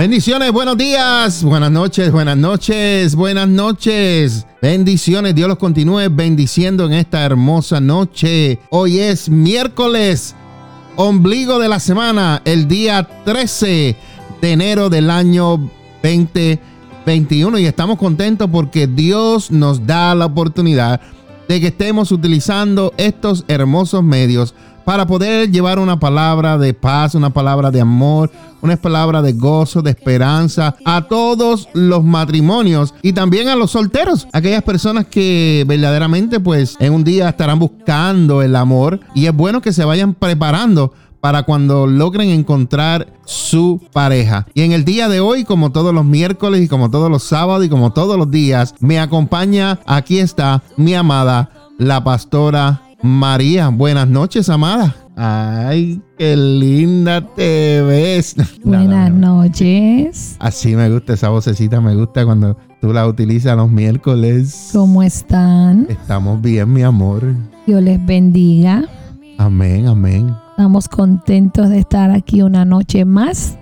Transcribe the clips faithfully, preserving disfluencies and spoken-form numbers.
Bendiciones, buenos días, buenas noches, buenas noches, buenas noches. Bendiciones, Dios los continúe bendiciendo en esta hermosa noche. Hoy es miércoles, ombligo de la semana, el día trece de enero del año veinte veintiuno, y estamos contentos porque Dios nos da la oportunidad de que estemos utilizando estos hermosos medios para poder llevar una palabra de paz, una palabra de amor, una palabra de gozo, de esperanza a todos los matrimonios y también a los solteros, aquellas personas que verdaderamente pues en un día estarán buscando el amor, y es bueno que se vayan preparando para cuando logren encontrar su pareja. Y en el día de hoy, como todos los miércoles y como todos los sábados y como todos los días, me acompaña, aquí está mi amada, la pastora María. Buenas noches, amada. Ay, qué linda te ves. Buenas noches. Así me gusta esa vocecita, me gusta cuando tú la utilizas los miércoles. ¿Cómo están? Estamos bien, mi amor. Dios les bendiga. Amén, amén. Estamos contentos de estar aquí una noche más,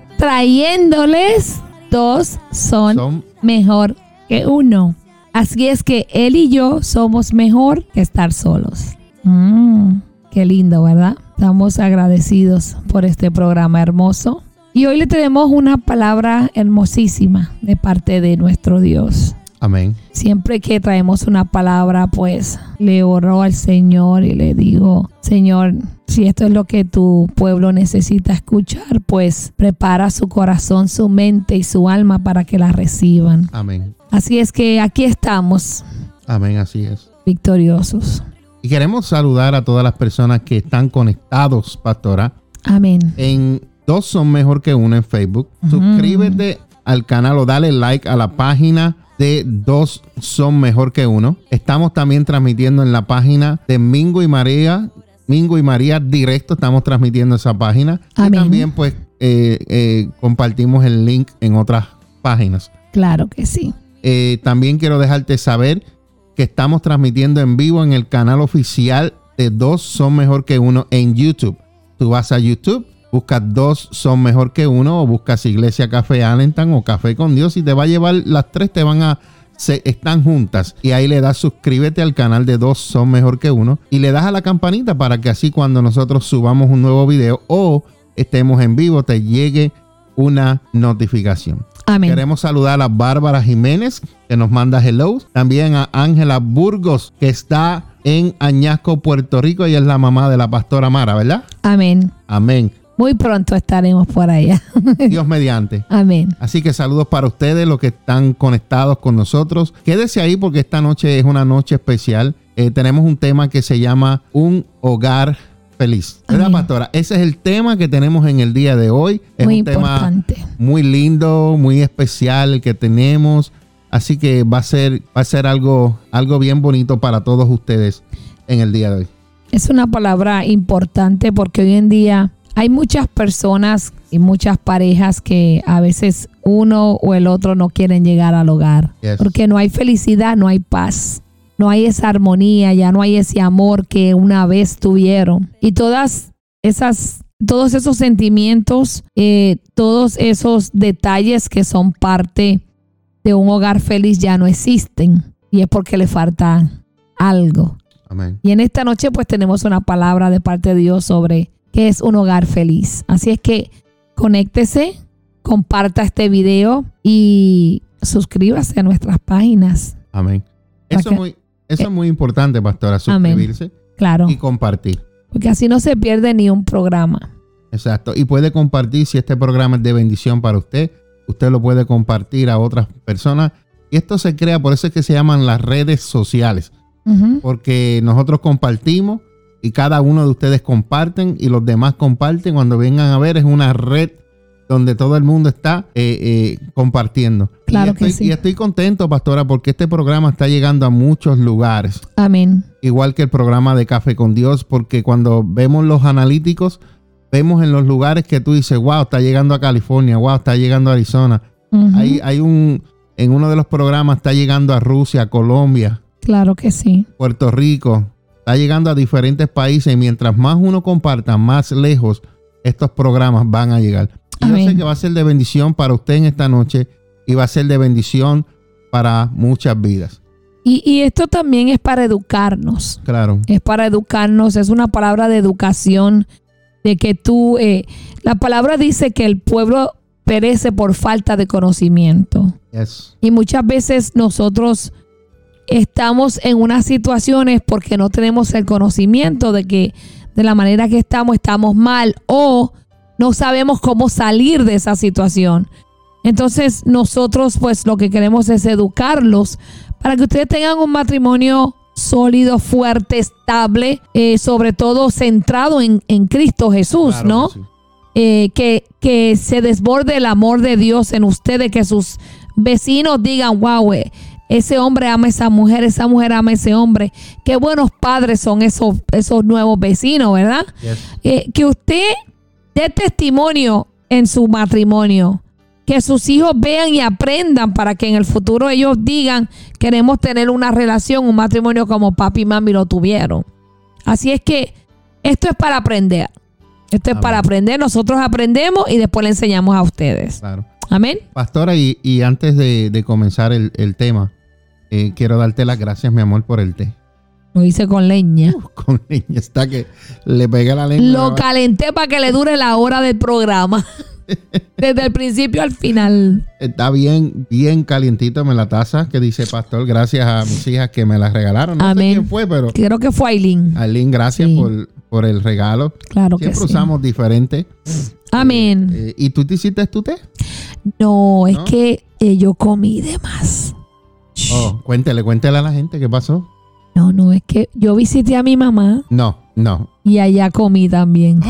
trayéndoles dos son, son mejor que uno. Así es que él y yo somos mejor que estar solos. Mm, qué lindo, ¿verdad? Estamos agradecidos por este programa hermoso. Y hoy le tenemos una palabra hermosísima de parte de nuestro Dios. Amén. Siempre que traemos una palabra, pues le oro al Señor y le digo: Señor, si esto es lo que tu pueblo necesita escuchar, pues prepara su corazón, su mente y su alma para que la reciban. Amén. Así es que aquí estamos. Amén, así es. Victoriosos. Y queremos saludar a todas las personas que están conectados, pastora. Amén. En Dos Son Mejor que Uno en Facebook. Uh-huh. Suscríbete al canal o dale like a la página de Dos Son Mejor que Uno. Estamos también transmitiendo en la página de Mingo y María. Mingo y María Directo. Estamos transmitiendo esa página. Amén. Y también pues eh, eh, compartimos el link en otras páginas. Claro que sí. Eh, también quiero dejarte saber que estamos transmitiendo en vivo en el canal oficial de Dos Son Mejor que Uno en YouTube. Tú vas a YouTube, buscas Dos Son Mejor que Uno o buscas Iglesia Café Allentown o Café con Dios y te va a llevar, las tres te van a, se, están juntas, y ahí le das suscríbete al canal de Dos Son Mejor que Uno y le das a la campanita para que así cuando nosotros subamos un nuevo video o estemos en vivo te llegue una notificación. Amén. Queremos saludar a Bárbara Jiménez, que nos manda hello. También a Ángela Burgos, que está en Añasco, Puerto Rico. Ella es la mamá de la pastora Mara, ¿verdad? Amén. Amén. Muy pronto estaremos por allá. Dios mediante. Amén. Así que saludos para ustedes, los que están conectados con nosotros. Quédese ahí porque esta noche es una noche especial. Eh, tenemos un tema que se llama Un Hogar Feliz. ¿Verdad, Amén, pastora? Ese es el tema que tenemos en el día de hoy. Es muy un importante. Tema muy lindo, muy especial el que tenemos. Así que va a ser, va a ser algo, algo bien bonito para todos ustedes en el día de hoy. Es una palabra importante porque hoy en día hay muchas personas y muchas parejas que a veces uno o el otro no quieren llegar al hogar. Yes. Porque no hay felicidad, no hay paz. No hay esa armonía, ya no hay ese amor que una vez tuvieron. Y todas esas, todos esos sentimientos, eh, todos esos detalles que son parte de un hogar feliz ya no existen. Y es porque le falta algo. Amén. Y en esta noche pues tenemos una palabra de parte de Dios sobre qué es un hogar feliz. Así es que conéctese, comparta este video y suscríbase a nuestras páginas. Amén. Eso es muy... Eso es muy importante, pastora, suscribirse. Amén. Claro. Y compartir. Porque así no se pierde ni un programa. Exacto. Y puede compartir si este programa es de bendición para usted. Usted lo puede compartir a otras personas. Y esto se crea, por eso es que se llaman las redes sociales. Uh-huh. Porque nosotros compartimos y cada uno de ustedes comparten y los demás comparten. Cuando vengan a ver, es una red donde todo el mundo está eh, eh, compartiendo. Claro y estoy, que sí. Y estoy contento, pastora, porque este programa está llegando a muchos lugares. Amén. Igual que el programa de Café con Dios, porque cuando vemos los analíticos, vemos en los lugares que tú dices, wow, está llegando a California, wow, está llegando a Arizona. Uh-huh. Hay, hay un, en uno de los programas está llegando a Rusia, Colombia. Claro que sí. Puerto Rico. Está llegando a diferentes países y mientras más uno comparta, más lejos estos programas van a llegar. Y Amén. Yo sé que va a ser de bendición para usted en esta noche y va a ser de bendición para muchas vidas. Y, y esto también es para educarnos. Claro. Es para educarnos, es una palabra de educación, de que tú, eh, la palabra dice que el pueblo perece por falta de conocimiento. Yes. Y muchas veces nosotros estamos en unas situaciones porque no tenemos el conocimiento de que de la manera que estamos, estamos mal o no sabemos cómo salir de esa situación. Entonces nosotros pues lo que queremos es educarlos para que ustedes tengan un matrimonio sólido, fuerte, estable, eh, sobre todo centrado en, en Cristo Jesús, claro, ¿no? Que, sí. eh, que, que se desborde el amor de Dios en ustedes, que sus vecinos digan, wow, eh, ese hombre ama a esa mujer, esa mujer ama a ese hombre. Qué buenos padres son esos, esos nuevos vecinos, ¿verdad? Yes. Eh, que usted dé testimonio en su matrimonio. Que sus hijos vean y aprendan para que en el futuro ellos digan, queremos tener una relación, un matrimonio como papi y mami lo tuvieron. Así es que esto es para aprender. Esto es Amén. Para aprender. Nosotros aprendemos y después le enseñamos a ustedes. Claro. Amén. Pastora, y, y antes de, de comenzar el, el tema, eh, quiero darte las gracias, mi amor, por el té. Lo hice con leña. Uh, con leña. Está que le pegué la lengua. Lo calenté para que le dure la hora del programa. Desde el principio al final. Está bien, bien calientito en la taza que dice pastor. Gracias a mis hijas que me la regalaron. No Amén. sé quién fue, pero creo que fue Aileen. Aileen, gracias sí. por, por el regalo. Claro Siempre que sí. usamos diferente. Amén. Eh, eh, ¿Y tú te hiciste tu té? No, es ¿No? que eh, yo comí de más. Oh, cuéntele, cuéntele a la gente qué pasó. No, no, es que yo visité a mi mamá. No, no. Y allá comí también.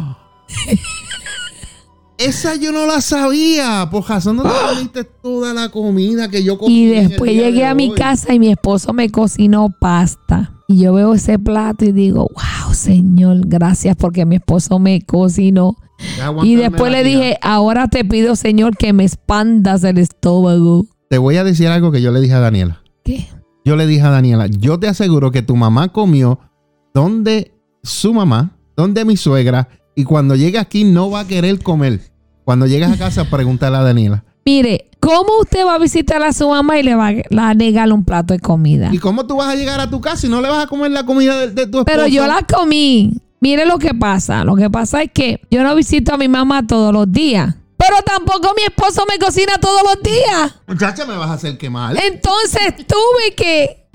Esa yo no la sabía. Por razón no te comiste toda la comida que yo comí. Y después llegué de a mi casa y mi esposo me cocinó pasta. Y yo veo ese plato y digo, wow, Señor, gracias porque mi esposo me cocinó. Y después le dije, ahora te pido, Señor, que me expandas el estómago. Te voy a decir algo que yo le dije a Daniela. ¿Qué? Yo le dije a Daniela, yo te aseguro que tu mamá comió donde su mamá, donde mi suegra, y cuando llegue aquí no va a querer comer. Cuando llegas a casa, pregúntale a Daniela. Mire, ¿cómo usted va a visitar a su mamá y le va a negar un plato de comida? ¿Y cómo tú vas a llegar a tu casa y no le vas a comer la comida de, de tu esposo? Pero yo la comí. Mire lo que pasa. Lo que pasa es que yo no visito a mi mamá todos los días. Pero tampoco mi esposo me cocina todos los días. Muchacha, me vas a hacer quemar. Entonces tuve que...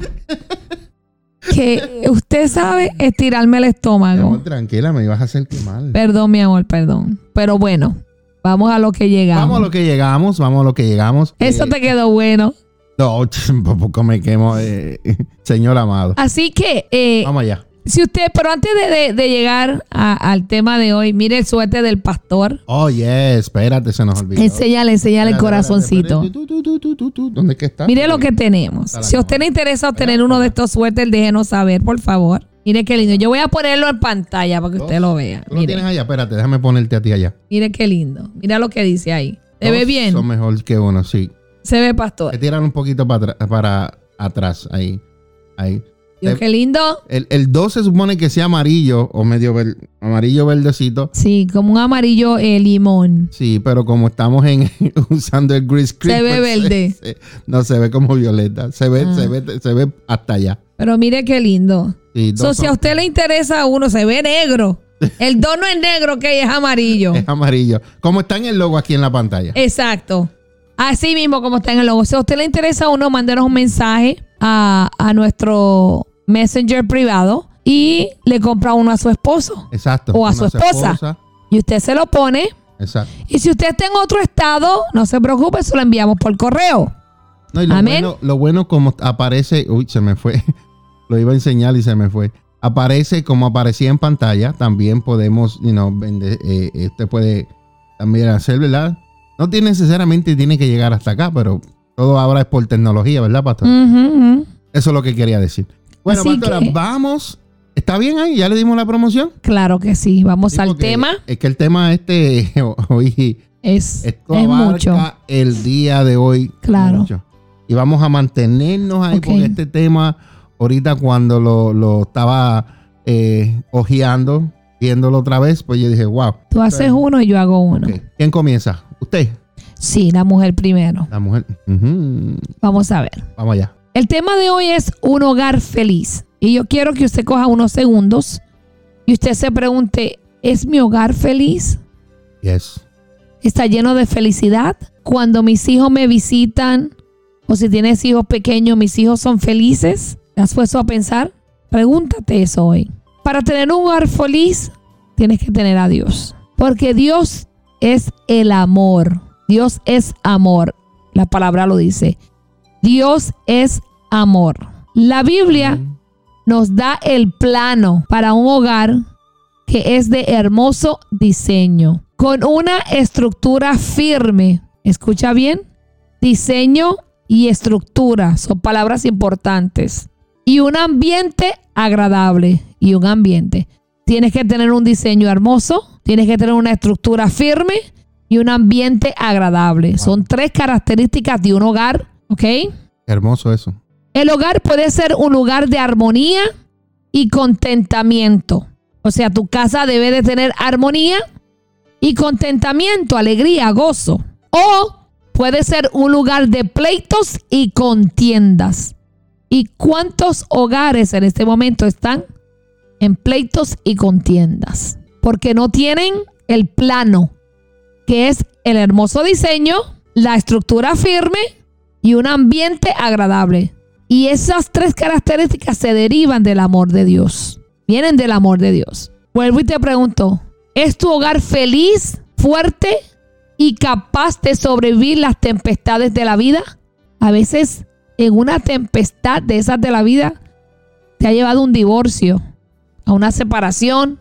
que usted sabe estirarme el estómago. Mi amor, tranquila, me ibas a hacer quemar. Perdón, mi amor, perdón. Pero bueno, vamos a lo que llegamos. Vamos a lo que llegamos, vamos a lo que llegamos. Eso eh, te quedó bueno. No, tampoco me quemo, eh, señor amado. Así que... Eh, vamos allá. Si usted, pero antes de, de, de llegar a, al tema de hoy, mire el suéter del pastor. Oh, yes, espérate, se nos olvidó. Enséñale, enséñale el corazoncito. ¿Dónde es que está? Mire lo que tenemos. Si a usted le interesa obtener uno de estos suéteres, déjenos saber, por favor. Mire qué lindo. Yo voy a ponerlo en pantalla para que usted lo vea. ¿Tú lo tienes allá? Espérate, déjame ponerte a ti allá. Mire qué lindo. Mira lo que dice ahí. ¿Se ve bien? Son mejor que uno, sí. Se ve, pastor. Te tiran un poquito para, para atrás, ahí. Ahí. Dios, qué lindo. El, el dos se supone que sea amarillo o medio ver, amarillo verdecito. Sí, como un amarillo eh, limón. Sí, pero como estamos en usando el grease cream, se ve pues, verde. Se, se, no se ve como violeta. Se ve, ah. se ve, se ve hasta allá. Pero mire qué lindo. Sí, so, si a usted le interesa uno, se ve negro. El dos no es negro, que es amarillo. Es amarillo. Como está en el logo aquí en la pantalla. Exacto. Así mismo como está en el logo. Si a usted le interesa uno, mándenos un mensaje a, a nuestro Messenger privado y le compra uno a su esposo. Exacto. O a su esposa. esposa. Y usted se lo pone. Exacto. Y si usted está en otro estado, no se preocupe, se lo enviamos por correo. No, y lo Amén. Bueno, lo bueno como aparece, uy, se me fue. Lo iba a enseñar y se me fue. Aparece como aparecía en pantalla. También podemos, you know, vender, eh, usted puede también hacer, ¿verdad? No tiene necesariamente tiene que llegar hasta acá, pero todo ahora es por tecnología, ¿verdad, pastor? Uh-huh, uh-huh. Eso es lo que quería decir. Bueno, Así pastora, que, vamos. ¿Está bien ahí? ¿Ya le dimos la promoción? Claro que sí. Vamos sí, al tema. Es que el tema este hoy es, esto es abarca mucho. El día de hoy. Claro. Mucho. Y vamos a mantenernos ahí okay. Porque este tema, ahorita cuando lo, lo estaba eh, ojeando, viéndolo otra vez, pues yo dije, wow. Tú haces Entonces, uno y yo hago uno. Okay. ¿Quién comienza? ¿Usted? Sí, la mujer primero. La mujer. Uh-huh. Vamos a ver. Vamos allá. El tema de hoy es un hogar feliz. Y yo quiero que usted coja unos segundos y usted se pregunte, ¿es mi hogar feliz? Yes. ¿Está lleno de felicidad? Cuando mis hijos me visitan, o si tienes hijos pequeños, ¿mis hijos son felices? ¿Te has puesto a pensar? Pregúntate eso hoy. Para tener un hogar feliz, tienes que tener a Dios. Porque Dios es el amor. Dios es amor. La palabra lo dice. Dios es amor. La Biblia nos da el plano para un hogar que es de hermoso diseño, con una estructura firme. Escucha bien. Diseño y estructura son palabras importantes. Y un ambiente agradable. Y un ambiente. Tienes que tener un diseño hermoso. Tienes que tener una estructura firme. Y un ambiente agradable. Wow. Son tres características de un hogar. ¿Ok? Hermoso eso. El hogar puede ser un lugar de armonía y contentamiento. O sea, tu casa debe de tener armonía y contentamiento, alegría, gozo. O puede ser un lugar de pleitos y contiendas. ¿Y cuántos hogares en este momento están en pleitos y contiendas? Porque no tienen el plano, que es el hermoso diseño, la estructura firme y un ambiente agradable. Y esas tres características se derivan del amor de Dios. Vienen del amor de Dios. Vuelvo y te pregunto, ¿es tu hogar feliz, fuerte y capaz de sobrevivir las tempestades de la vida? A veces en una tempestad de esas de la vida te ha llevado a un divorcio, a una separación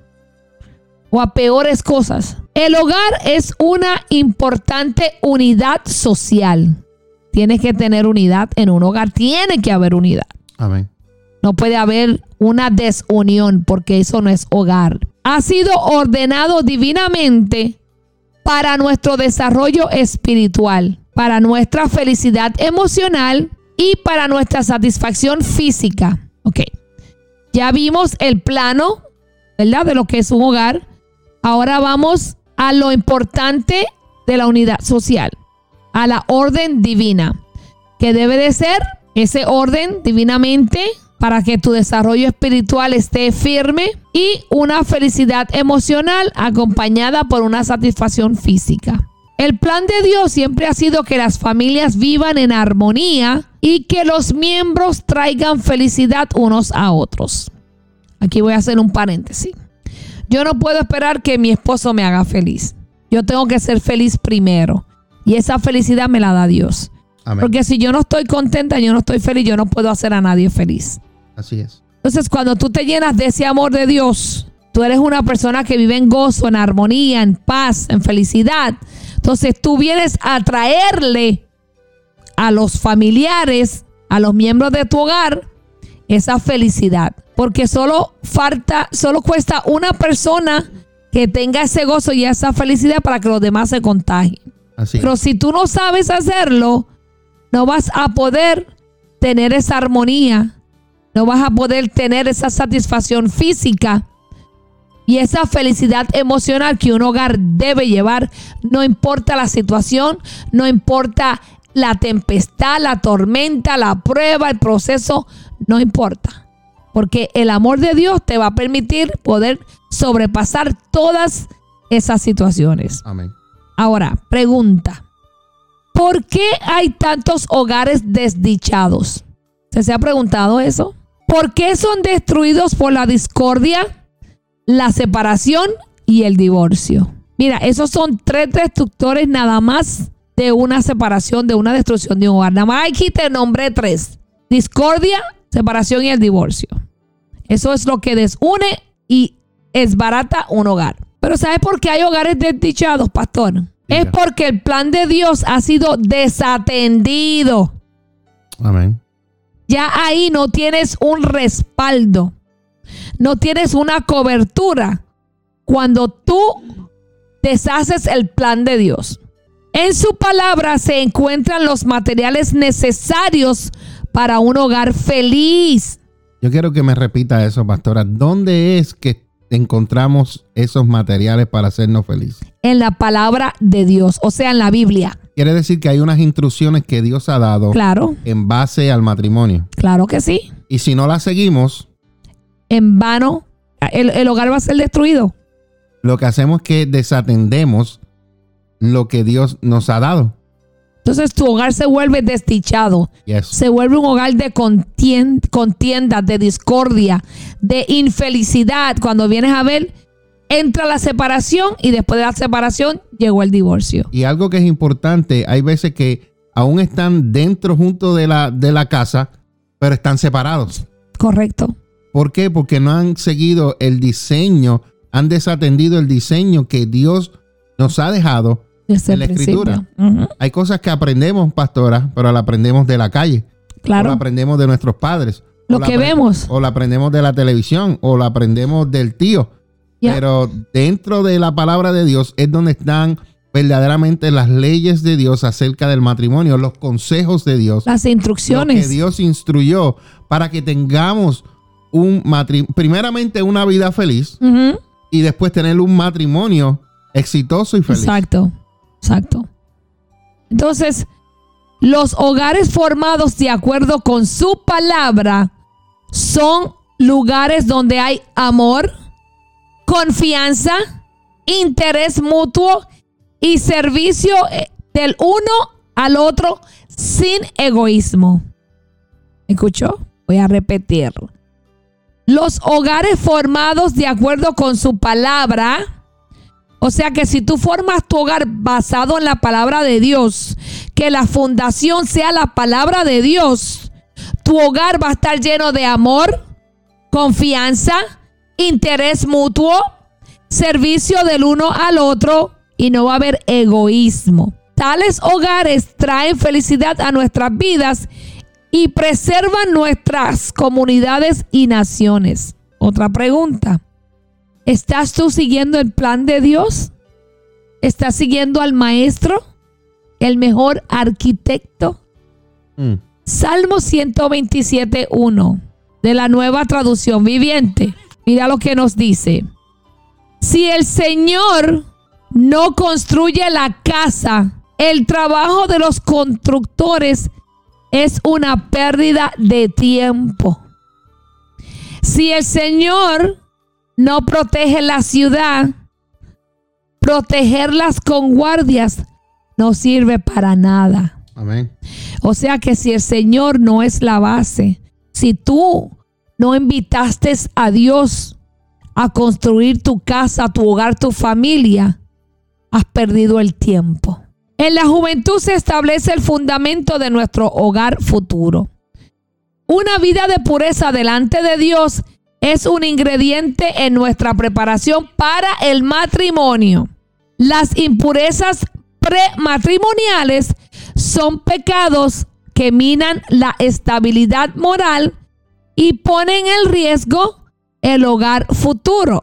o a peores cosas. El hogar es una importante unidad social. Tienes que tener unidad en un hogar. Tiene que haber unidad. Amén. No puede haber una desunión porque eso no es hogar. Ha sido ordenado divinamente para nuestro desarrollo espiritual, para nuestra felicidad emocional y para nuestra satisfacción física. Ok. Ya vimos el plano, ¿verdad?, de lo que es un hogar. Ahora vamos a lo importante de la unidad social, a la orden divina, que debe de ser ese orden divinamente para que tu desarrollo espiritual esté firme y una felicidad emocional acompañada por una satisfacción física. El plan de Dios siempre ha sido que las familias vivan en armonía y que los miembros traigan felicidad unos a otros. Aquí voy a hacer un paréntesis. Yo no puedo esperar que mi esposo me haga feliz. Yo tengo que ser feliz primero. Y esa felicidad me la da Dios. Amén. Porque si yo no estoy contenta, yo no estoy feliz, yo no puedo hacer a nadie feliz. Así es. Entonces, cuando tú te llenas de ese amor de Dios, tú eres una persona que vive en gozo, en armonía, en paz, en felicidad. Entonces, tú vienes a traerle a los familiares, a los miembros de tu hogar, esa felicidad. Porque solo falta, solo cuesta una persona que tenga ese gozo y esa felicidad para que los demás se contagien. Así. Pero si tú no sabes hacerlo, no vas a poder tener esa armonía, no vas a poder tener esa satisfacción física y esa felicidad emocional que un hogar debe llevar, no importa la situación, no importa la tempestad, la tormenta, la prueba, el proceso, no importa. Porque el amor de Dios te va a permitir poder sobrepasar todas esas situaciones. Amén. Ahora, pregunta. ¿Por qué hay tantos hogares desdichados? ¿Usted se ha preguntado eso? ¿Por qué son destruidos por la discordia, la separación y el divorcio? Mira, esos son tres destructores nada más de una separación, de una destrucción de un hogar. Nada más aquí te nombré tres. Discordia, separación y el divorcio. Eso es lo que desune y desbarata un hogar. Pero ¿sabes por qué hay hogares desdichados, pastor? Diga. Es porque el plan de Dios ha sido desatendido. Amén. Ya ahí no tienes un respaldo. No tienes una cobertura cuando tú deshaces el plan de Dios. En su palabra se encuentran los materiales necesarios para un hogar feliz. Yo quiero que me repita eso, pastora. ¿Dónde es que encontramos esos materiales para hacernos felices? En la palabra de Dios, o sea, en la Biblia. Quiere decir que hay unas instrucciones que Dios ha dado, claro, en base al matrimonio. Claro que sí. Y si no las seguimos, en vano, el, el hogar va a ser destruido. Lo que hacemos es que desatendemos lo que Dios nos ha dado. Entonces tu hogar se vuelve desdichado. Yes. Se vuelve un hogar de contien- contienda, de discordia, de infelicidad. Cuando vienes a ver, entra la separación y después de la separación llegó el divorcio. Y algo que es importante, hay veces que aún están dentro junto de la, de la casa, pero están separados. Correcto. ¿Por qué? Porque no han seguido el diseño, han desatendido el diseño que Dios nos ha dejado desde en la principio. Escritura. Uh-huh. Hay cosas que aprendemos, pastora, pero la aprendemos de la calle. Claro. O la aprendemos de nuestros padres. Lo que vemos. O la aprendemos de la televisión, o la aprendemos del tío. Yeah. Pero dentro de la palabra de Dios es donde están verdaderamente las leyes de Dios acerca del matrimonio, los consejos de Dios. Las instrucciones. Lo que Dios instruyó para que tengamos un matrimonio, primeramente una vida feliz, uh-huh, y después tener un matrimonio exitoso y feliz. Exacto, exacto. Entonces, los hogares formados de acuerdo con su palabra son lugares donde hay amor, confianza, interés mutuo y servicio del uno al otro sin egoísmo. ¿Escuchó? Voy a repetirlo. Los hogares formados de acuerdo con su palabra, o sea que si tú formas tu hogar basado en la palabra de Dios, que la fundación sea la palabra de Dios, tu hogar va a estar lleno de amor, confianza, interés mutuo, servicio del uno al otro y no va a haber egoísmo. Tales hogares traen felicidad a nuestras vidas y preservan nuestras comunidades y naciones. Otra pregunta. ¿Estás tú siguiendo el plan de Dios? ¿Estás siguiendo al maestro? ¿El mejor arquitecto? Mm. Salmo ciento veintisiete, uno de la Nueva Traducción Viviente. Mira lo que nos dice. Si el Señor no construye la casa, el trabajo de los constructores es una pérdida de tiempo. Si el Señor no protege la ciudad, protegerlas con guardias no sirve para nada. Amén. O sea que si el Señor no es la base, si tú no invitaste a Dios a construir tu casa, tu hogar, tu familia, has perdido el tiempo. En la juventud se establece el fundamento de nuestro hogar futuro. Una vida de pureza delante de Dios es un ingrediente en nuestra preparación para el matrimonio. Las impurezas prematrimoniales son pecados que minan la estabilidad moral y ponen en riesgo el hogar futuro.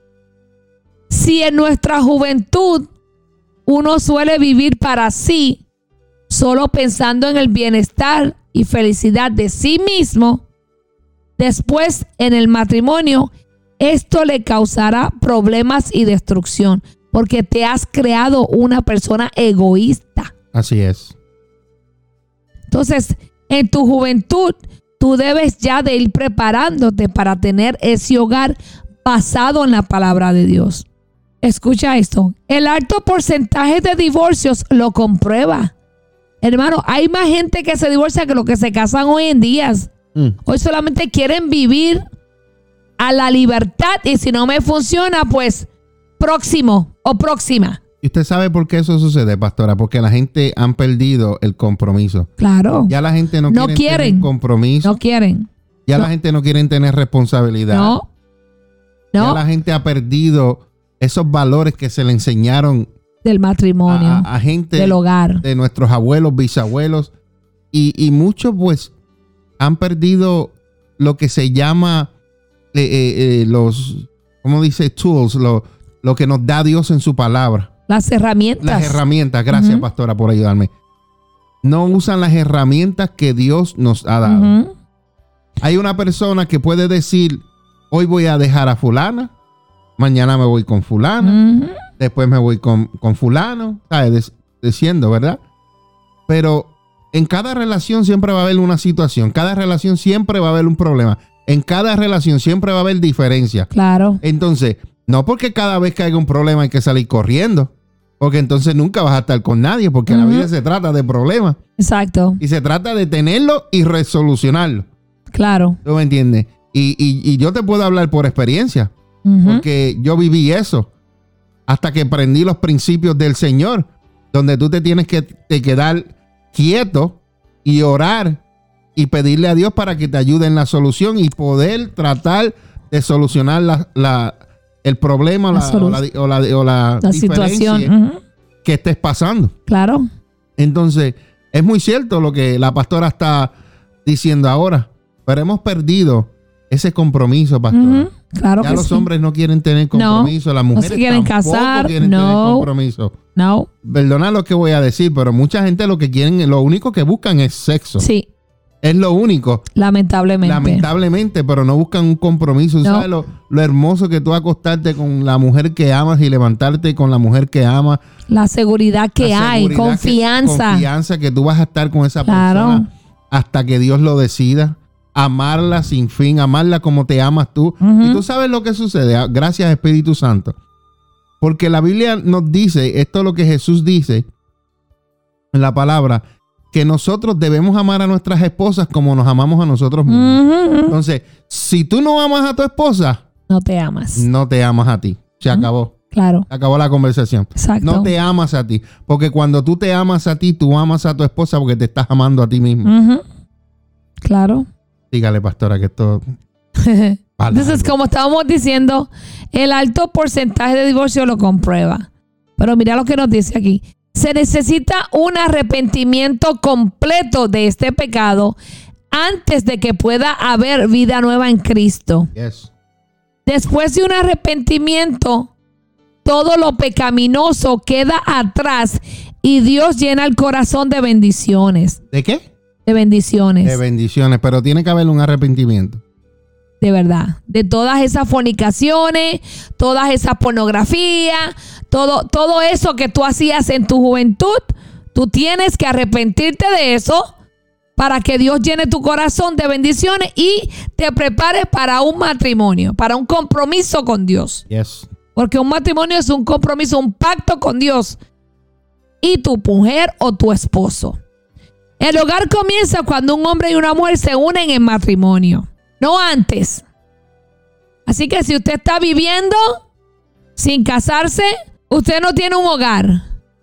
Si en nuestra juventud uno suele vivir para sí, solo pensando en el bienestar y felicidad de sí mismo, después en el matrimonio, esto le causará problemas y destrucción, porque te has creado una persona egoísta. Así es. Entonces, en tu juventud, tú debes ya de ir preparándote para tener ese hogar basado en la palabra de Dios. Escucha esto. El alto porcentaje de divorcios lo comprueba. Hermano, hay más gente que se divorcia que los que se casan hoy en día. Mm. Hoy solamente quieren vivir a la libertad y si no me funciona, pues próximo o próxima. ¿Y usted sabe por qué eso sucede, pastora? Porque la gente han perdido el compromiso. Claro. Ya la gente no, no quiere quieren tener compromiso. No quieren. Ya no. la gente no quiere tener responsabilidad. No. No. Ya la gente ha perdido esos valores que se le enseñaron del matrimonio, a, a gente del hogar, de nuestros abuelos, bisabuelos, y, y muchos pues han perdido lo que se llama eh, eh, eh, los, ¿cómo dice? Tools, lo, lo que nos da Dios en su palabra. Las herramientas. Las herramientas, gracias uh-huh. pastora por ayudarme. No usan las herramientas que Dios nos ha dado. Uh-huh. Hay una persona que puede decir, hoy voy a dejar a fulana, mañana me voy con fulano, uh-huh. después me voy con, con fulano, ¿sabes? Diciendo, ¿verdad? Pero en cada relación siempre va a haber una situación, cada relación siempre va a haber un problema, en cada relación siempre va a haber diferencia. Claro. Entonces, no porque cada vez que haya un problema hay que salir corriendo, porque entonces nunca vas a estar con nadie, porque uh-huh. la vida se trata de problemas. Exacto. Y se trata de tenerlo y resolucionarlo. Claro. ¿Tú me entiendes? Y, y, y yo te puedo hablar por experiencia, uh-huh. porque yo viví eso hasta que aprendí los principios del Señor, donde tú te tienes que te quedar quieto y orar y pedirle a Dios para que te ayude en la solución y poder tratar de solucionar la, la, el problema la la, o la, o la, o la, la situación uh-huh. que estés pasando. Claro. Entonces, es muy cierto lo que la pastora está diciendo ahora, pero hemos perdido ese compromiso, pastora. Uh-huh. Claro ya que los sí. hombres no quieren tener compromiso, no, las mujeres no se quieren tampoco casar, quieren no, tener compromiso. No. Perdona lo que voy a decir, pero mucha gente lo que quieren, lo único que buscan es sexo. Sí. Es lo único. Lamentablemente. Lamentablemente, pero no buscan un compromiso. No. ¿Sabes lo, lo hermoso que tú acostarte con la mujer que amas y levantarte con la mujer que amas? La seguridad que la hay, seguridad confianza. Que, confianza que tú vas a estar con esa claro. persona hasta que Dios lo decida. Amarla sin fin, amarla como te amas tú. Uh-huh. Y tú sabes lo que sucede. Gracias, Espíritu Santo. Porque la Biblia nos dice, esto es lo que Jesús dice en la palabra, que nosotros debemos amar a nuestras esposas como nos amamos a nosotros mismos. Uh-huh. Entonces, si tú no amas a tu esposa, no te amas. No te amas a ti. Se uh-huh. acabó. Claro. Se acabó la conversación. Exacto. No te amas a ti. Porque cuando tú te amas a ti, tú amas a tu esposa porque te estás amando a ti mismo. Uh-huh. Claro. Dígale, pastora, que esto... Entonces, como estábamos diciendo, el alto porcentaje de divorcio lo comprueba. Pero mira lo que nos dice aquí. Se necesita un arrepentimiento completo de este pecado antes de que pueda haber vida nueva en Cristo. Yes. Después de un arrepentimiento, todo lo pecaminoso queda atrás y Dios llena el corazón de bendiciones. ¿De qué? De bendiciones. De bendiciones, pero tiene que haber un arrepentimiento. De verdad. De todas esas fornicaciones, todas esas pornografías, todo, todo eso que tú hacías en tu juventud, tú tienes que arrepentirte de eso para que Dios llene tu corazón de bendiciones y te prepare para un matrimonio, para un compromiso con Dios. Yes. Porque un matrimonio es un compromiso, un pacto con Dios y tu mujer o tu esposo. El hogar comienza cuando un hombre y una mujer se unen en matrimonio, no antes. Así que si usted está viviendo sin casarse, usted no tiene un hogar.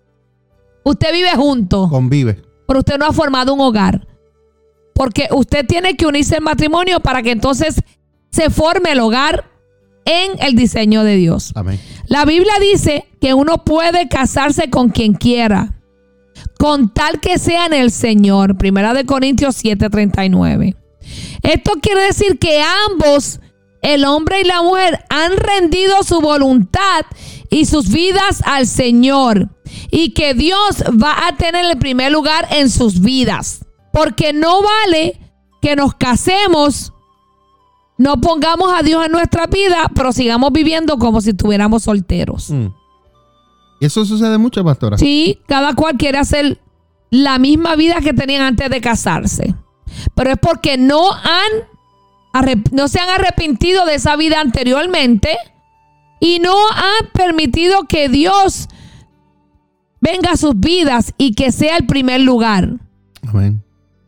Usted vive junto. Convive. Pero usted no ha formado un hogar. Porque usted tiene que unirse en matrimonio para que entonces se forme el hogar en el diseño de Dios. Amén. La Biblia dice que uno puede casarse con quien quiera, con tal que sea en el Señor. Primera de Corintios siete treinta y nueve. Esto quiere decir que ambos, el hombre y la mujer, han rendido su voluntad y sus vidas al Señor. Y que Dios va a tener el primer lugar en sus vidas. Porque no vale que nos casemos, no pongamos a Dios en nuestra vida, pero sigamos viviendo como si estuviéramos solteros. Mm. ¿Y eso sucede mucho, pastora? Sí, cada cual quiere hacer la misma vida que tenían antes de casarse. Pero es porque no han no se han arrepentido de esa vida anteriormente y no han permitido que Dios venga a sus vidas y que sea el primer lugar. Amén.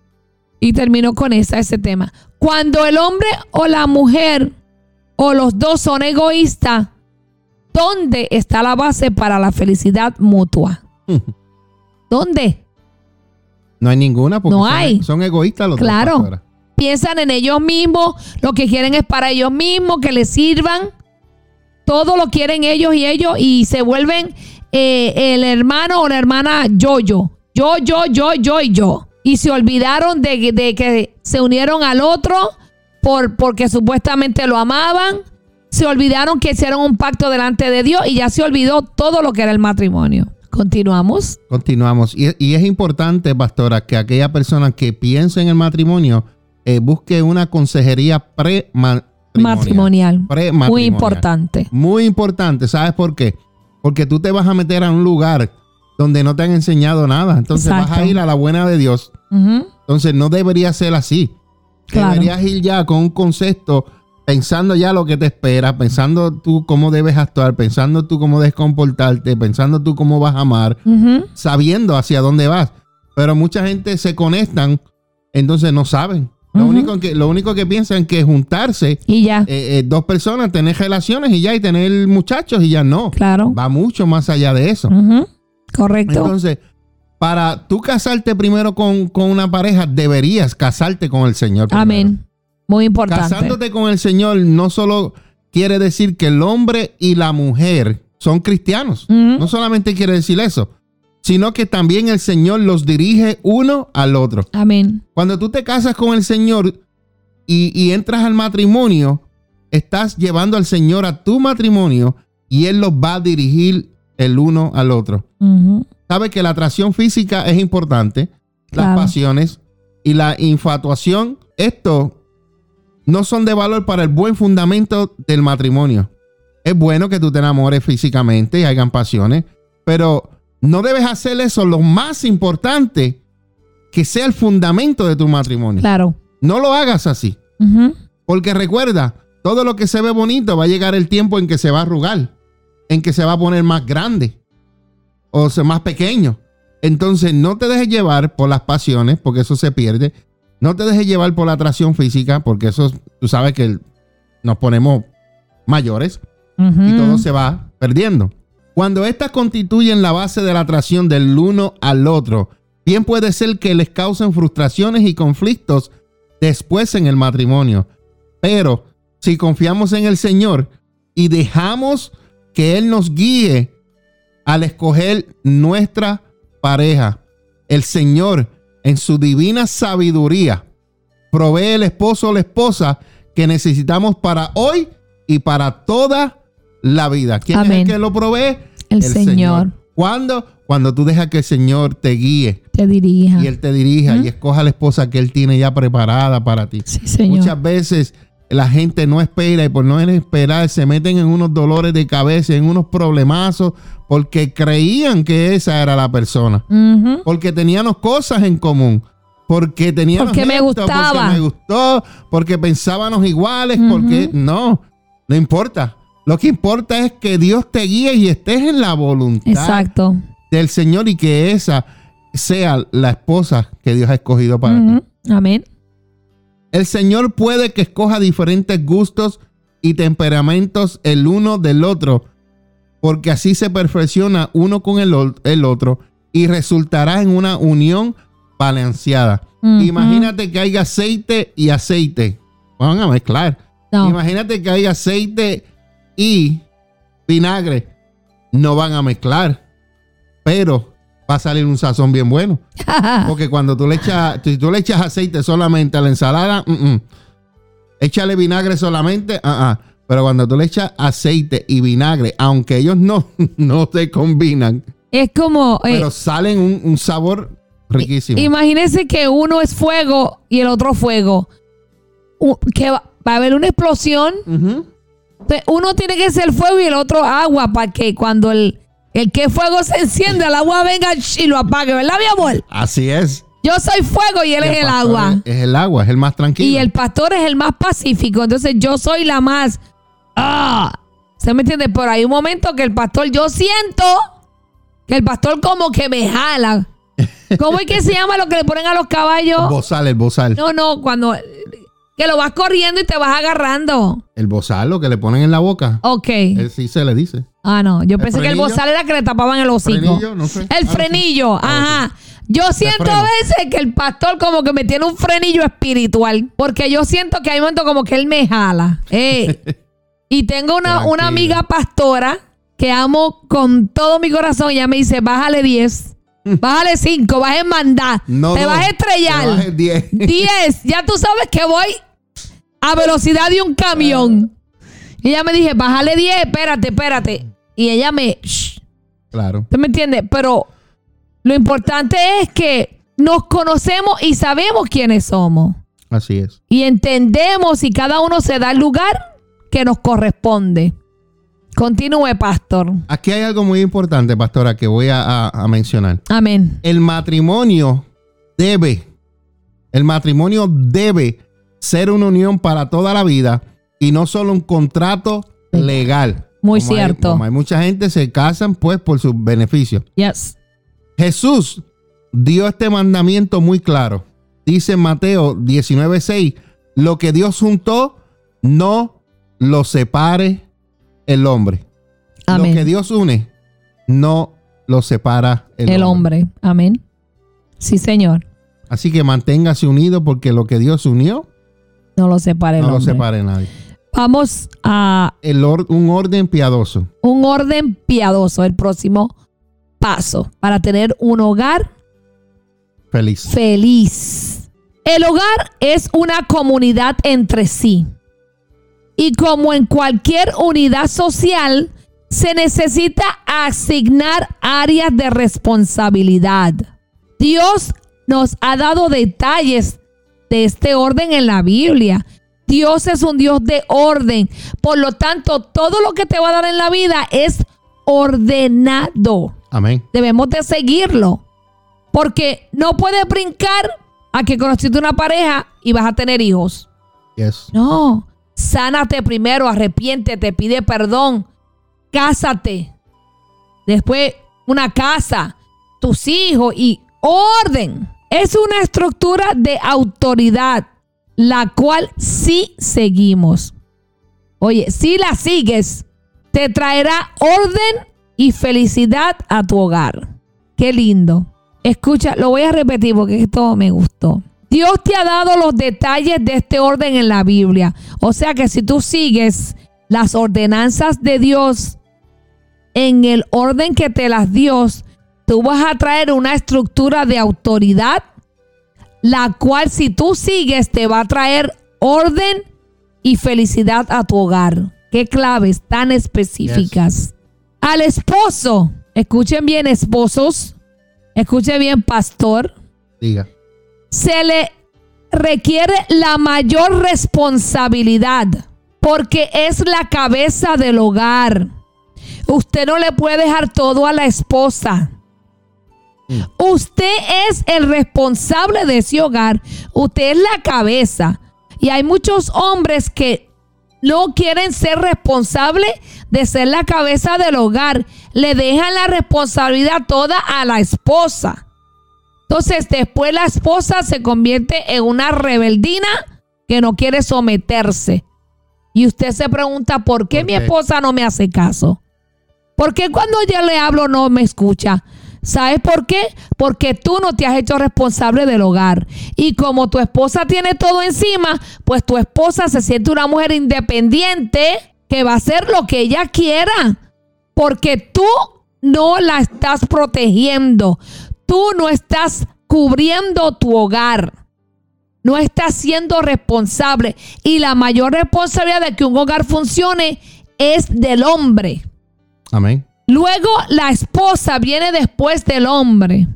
Y termino con esa, ese tema. Cuando el hombre o la mujer o los dos son egoístas, ¿dónde está la base para la felicidad mutua? ¿Dónde? No hay ninguna porque no son, hay. son egoístas los claro. dos. Claro. Piensan en ellos mismos, lo que quieren es para ellos mismos, que les sirvan. Todo lo quieren ellos y ellos y se vuelven eh, el hermano o la hermana yo-yo. Yo, yo, yo, yo y yo. Y se olvidaron de, de que se unieron al otro por, porque supuestamente lo amaban. Se olvidaron que hicieron un pacto delante de Dios y ya se olvidó todo lo que era el matrimonio. ¿Continuamos? Continuamos. Y, y es importante, pastora, que aquella persona que piense en el matrimonio eh, busque una consejería pre prematrimonial. Matrimonial. Prematrimonial. Muy importante. Muy importante. ¿Sabes por qué? Porque tú te vas a meter a un lugar donde no te han enseñado nada. Entonces Exacto. vas a ir a la buena de Dios. Uh-huh. Entonces no debería ser así. Claro. Deberías ir ya con un concepto, pensando ya lo que te espera, pensando tú cómo debes actuar, pensando tú cómo debes comportarte, pensando tú cómo vas a amar, uh-huh. sabiendo hacia dónde vas. Pero mucha gente se conectan, entonces no saben. Lo, uh-huh. único, que, lo único que piensan que juntarse y ya. Eh, eh, dos personas, tener relaciones y ya, y tener muchachos y ya no. Claro. Va mucho más allá de eso. Uh-huh. Correcto. Entonces, para tú casarte primero con, con una pareja, deberías casarte con el Señor primero. Amén. Muy importante. Casándote con el Señor no solo quiere decir que el hombre y la mujer son cristianos. Uh-huh. No solamente quiere decir eso, sino que también el Señor los dirige uno al otro. Amén. Cuando tú te casas con el Señor y, y entras al matrimonio, estás llevando al Señor a tu matrimonio y Él los va a dirigir el uno al otro. Uh-huh. Sabe que la atracción física es importante, claro. Las pasiones y la infatuación, esto no son de valor para el buen fundamento del matrimonio. Es bueno que tú te enamores físicamente y hayan pasiones, pero no debes hacer eso lo más importante, que sea el fundamento de tu matrimonio. Claro. No lo hagas así. Uh-huh. Porque recuerda, todo lo que se ve bonito va a llegar el tiempo en que se va a arrugar, en que se va a poner más grande o sea, más pequeño. Entonces no te dejes llevar por las pasiones, porque eso se pierde. No te dejes llevar por la atracción física, porque eso, tú sabes que nos ponemos mayores uh-huh. y todo se va perdiendo. Cuando estas constituyen la base de la atracción del uno al otro, bien puede ser que les causen frustraciones y conflictos después en el matrimonio. Pero si confiamos en el Señor y dejamos que Él nos guíe al escoger nuestra pareja, el Señor, en su divina sabiduría, provee el esposo o la esposa que necesitamos para hoy y para toda la vida. ¿Quién Amén. Es el que lo provee? El, el Señor. Señor. ¿Cuándo? Cuando tú dejas que el Señor te guíe. Te dirija. Y Él te dirija ¿Mm? Y escoja la esposa que Él tiene ya preparada para ti. Sí, Señor. Muchas veces la gente no espera y por no esperar se meten en unos dolores de cabeza, en unos problemazos, porque creían que esa era la persona. Uh-huh. Porque teníamos cosas en común. Porque teníamos porque me esto, gustaba. Porque me gustó, porque pensábamos iguales, uh-huh. porque no, no importa. Lo que importa es que Dios te guíe y estés en la voluntad Exacto. del Señor y que esa sea la esposa que Dios ha escogido para uh-huh. ti. Amén. El Señor puede que escoja diferentes gustos y temperamentos el uno del otro, porque así se perfecciona uno con el, el otro y resultará en una unión balanceada. Uh-huh. Imagínate que hay aceite y aceite. Van a mezclar. No. Imagínate que hay aceite y vinagre. No van a mezclar, pero va a salir un sazón bien bueno. Porque cuando tú le echas, si tú le echas aceite solamente a la ensalada, uh-uh. échale vinagre solamente, uh-uh. pero cuando tú le echas aceite y vinagre, aunque ellos no, no se combinan, es como, pero eh, salen un, un sabor riquísimo. Imagínense que uno es fuego y el otro fuego. Uh, que va, va a haber una explosión. Uh-huh. Entonces, uno tiene que ser fuego y el otro agua para que cuando el El que fuego se enciende, el agua venga y lo apague, ¿verdad, mi amor? Así es. Yo soy fuego y él y es el, el agua. Es, es el agua, es el más tranquilo. Y el pastor es el más pacífico. Entonces yo soy la más... ¡Ah! ¿Se me entiende? Pero hay un momento que el pastor, yo siento que el pastor como que me jala. ¿Cómo es que se llama lo que le ponen a los caballos? El bozal, el bozal. No, no, cuando... Que lo vas corriendo y te vas agarrando. El bozal, lo que le ponen en la boca. Ok. Él sí se le dice. Ah, no. Yo pensé que el bozal era que le tapaban el hocico. ¿Frenillo? No sé. El frenillo. Ah, ajá. Sí. Yo siento a veces que el pastor como que me tiene un frenillo espiritual. Porque yo siento que hay momentos como que él me jala. Eh. Y tengo una, una amiga pastora que amo con todo mi corazón. Ella me dice, bájale diez. Bájale cinco. Vas a mandar. No, te no, vas a estrellar. diez. diez. Ya tú sabes que voy a velocidad de un camión. Y ella me dije, bájale diez, espérate, espérate. Y ella me... Shh. Claro. ¿Tú me entiendes? Pero lo importante es que nos conocemos y sabemos quiénes somos. Así es. Y entendemos y cada uno se da el lugar que nos corresponde. Continúe, pastor. Aquí hay algo muy importante, pastora, que voy a, a, a mencionar. Amén. El matrimonio debe, el matrimonio debe ser una unión para toda la vida y no solo un contrato legal. Muy como cierto. Hay, como hay mucha gente se casan pues por sus beneficios. Yes. Jesús dio este mandamiento muy claro. Dice en Mateo diecinueve seis, lo que Dios juntó, no lo separe el hombre. Amén. Lo que Dios une, no lo separa el, el hombre. hombre. Amén. Sí, Señor. Así que manténgase unido porque lo que Dios unió, no lo separe el no hombre. lo separe nadie. Vamos a El or, un orden piadoso. un orden piadoso, el próximo paso para tener un hogar Feliz. feliz. El hogar es una comunidad entre sí. Y como en cualquier unidad social, se necesita asignar áreas de responsabilidad. Dios nos ha dado detalles de este orden en la Biblia. Dios es un Dios de orden. Por lo tanto, todo lo que te va a dar en la vida es ordenado. Amén. Debemos de seguirlo. Porque no puedes brincar a que conociste una pareja y vas a tener hijos. Yes. No. Sánate primero, arrepiéntete, pide perdón, cásate. Después una casa, tus hijos y orden. Es una estructura de autoridad, la cual sí seguimos. Oye, si la sigues, te traerá orden y felicidad a tu hogar. Qué lindo. Escucha, lo voy a repetir porque esto me gustó. Dios te ha dado los detalles de este orden en la Biblia. O sea que si tú sigues las ordenanzas de Dios en el orden que te las dio, tú vas a traer una estructura de autoridad, la cual si tú sigues te va a traer orden y felicidad a tu hogar. Qué claves tan específicas. Yes. Al esposo, escuchen bien esposos, escuchen bien pastor. Diga. Se le requiere la mayor responsabilidad porque es la cabeza del hogar. Usted no le puede dejar todo a la esposa. Mm. Usted es el responsable de ese hogar. Usted es la cabeza. Y hay muchos hombres que no quieren ser responsables de ser la cabeza del hogar. Le dejan la responsabilidad toda a la esposa. Entonces después la esposa se convierte en una rebeldina que no quiere someterse. Y usted se pregunta, ¿por qué, ¿Por qué? mi esposa no me hace caso? ¿Por qué cuando yo le hablo no me escucha? ¿Sabes por qué? Porque tú no te has hecho responsable del hogar. Y como tu esposa tiene todo encima, pues tu esposa se siente una mujer independiente que va a hacer lo que ella quiera. Porque tú no la estás protegiendo. Tú no estás cubriendo tu hogar. No estás siendo responsable. Y la mayor responsabilidad de que un hogar funcione es del hombre. Amén. Luego la esposa viene después del hombre.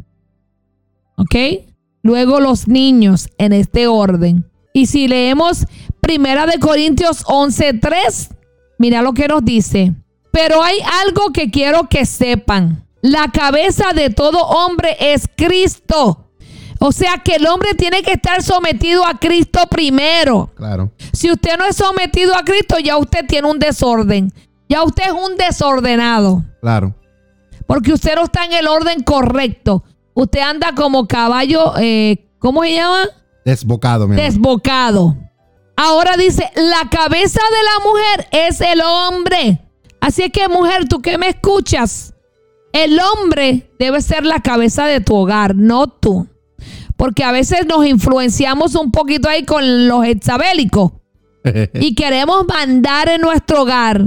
¿Ok? Luego los niños en este orden. Y si leemos Primera de Corintios once tres, mira lo que nos dice. Pero hay algo que quiero que sepan. La cabeza de todo hombre es Cristo. O sea que el hombre tiene que estar sometido a Cristo primero. Claro. Si usted no es sometido a Cristo, ya usted tiene un desorden. Ya usted es un desordenado. Claro. Porque usted no está en el orden correcto. Usted anda como caballo, eh, ¿cómo se llama? Desbocado, mi amor. Desbocado. Ahora dice, la cabeza de la mujer es el hombre. Así que, mujer, tú que me escuchas, el hombre debe ser la cabeza de tu hogar, no tú. Porque a veces nos influenciamos un poquito ahí con los hexabélicos. Y queremos mandar en nuestro hogar.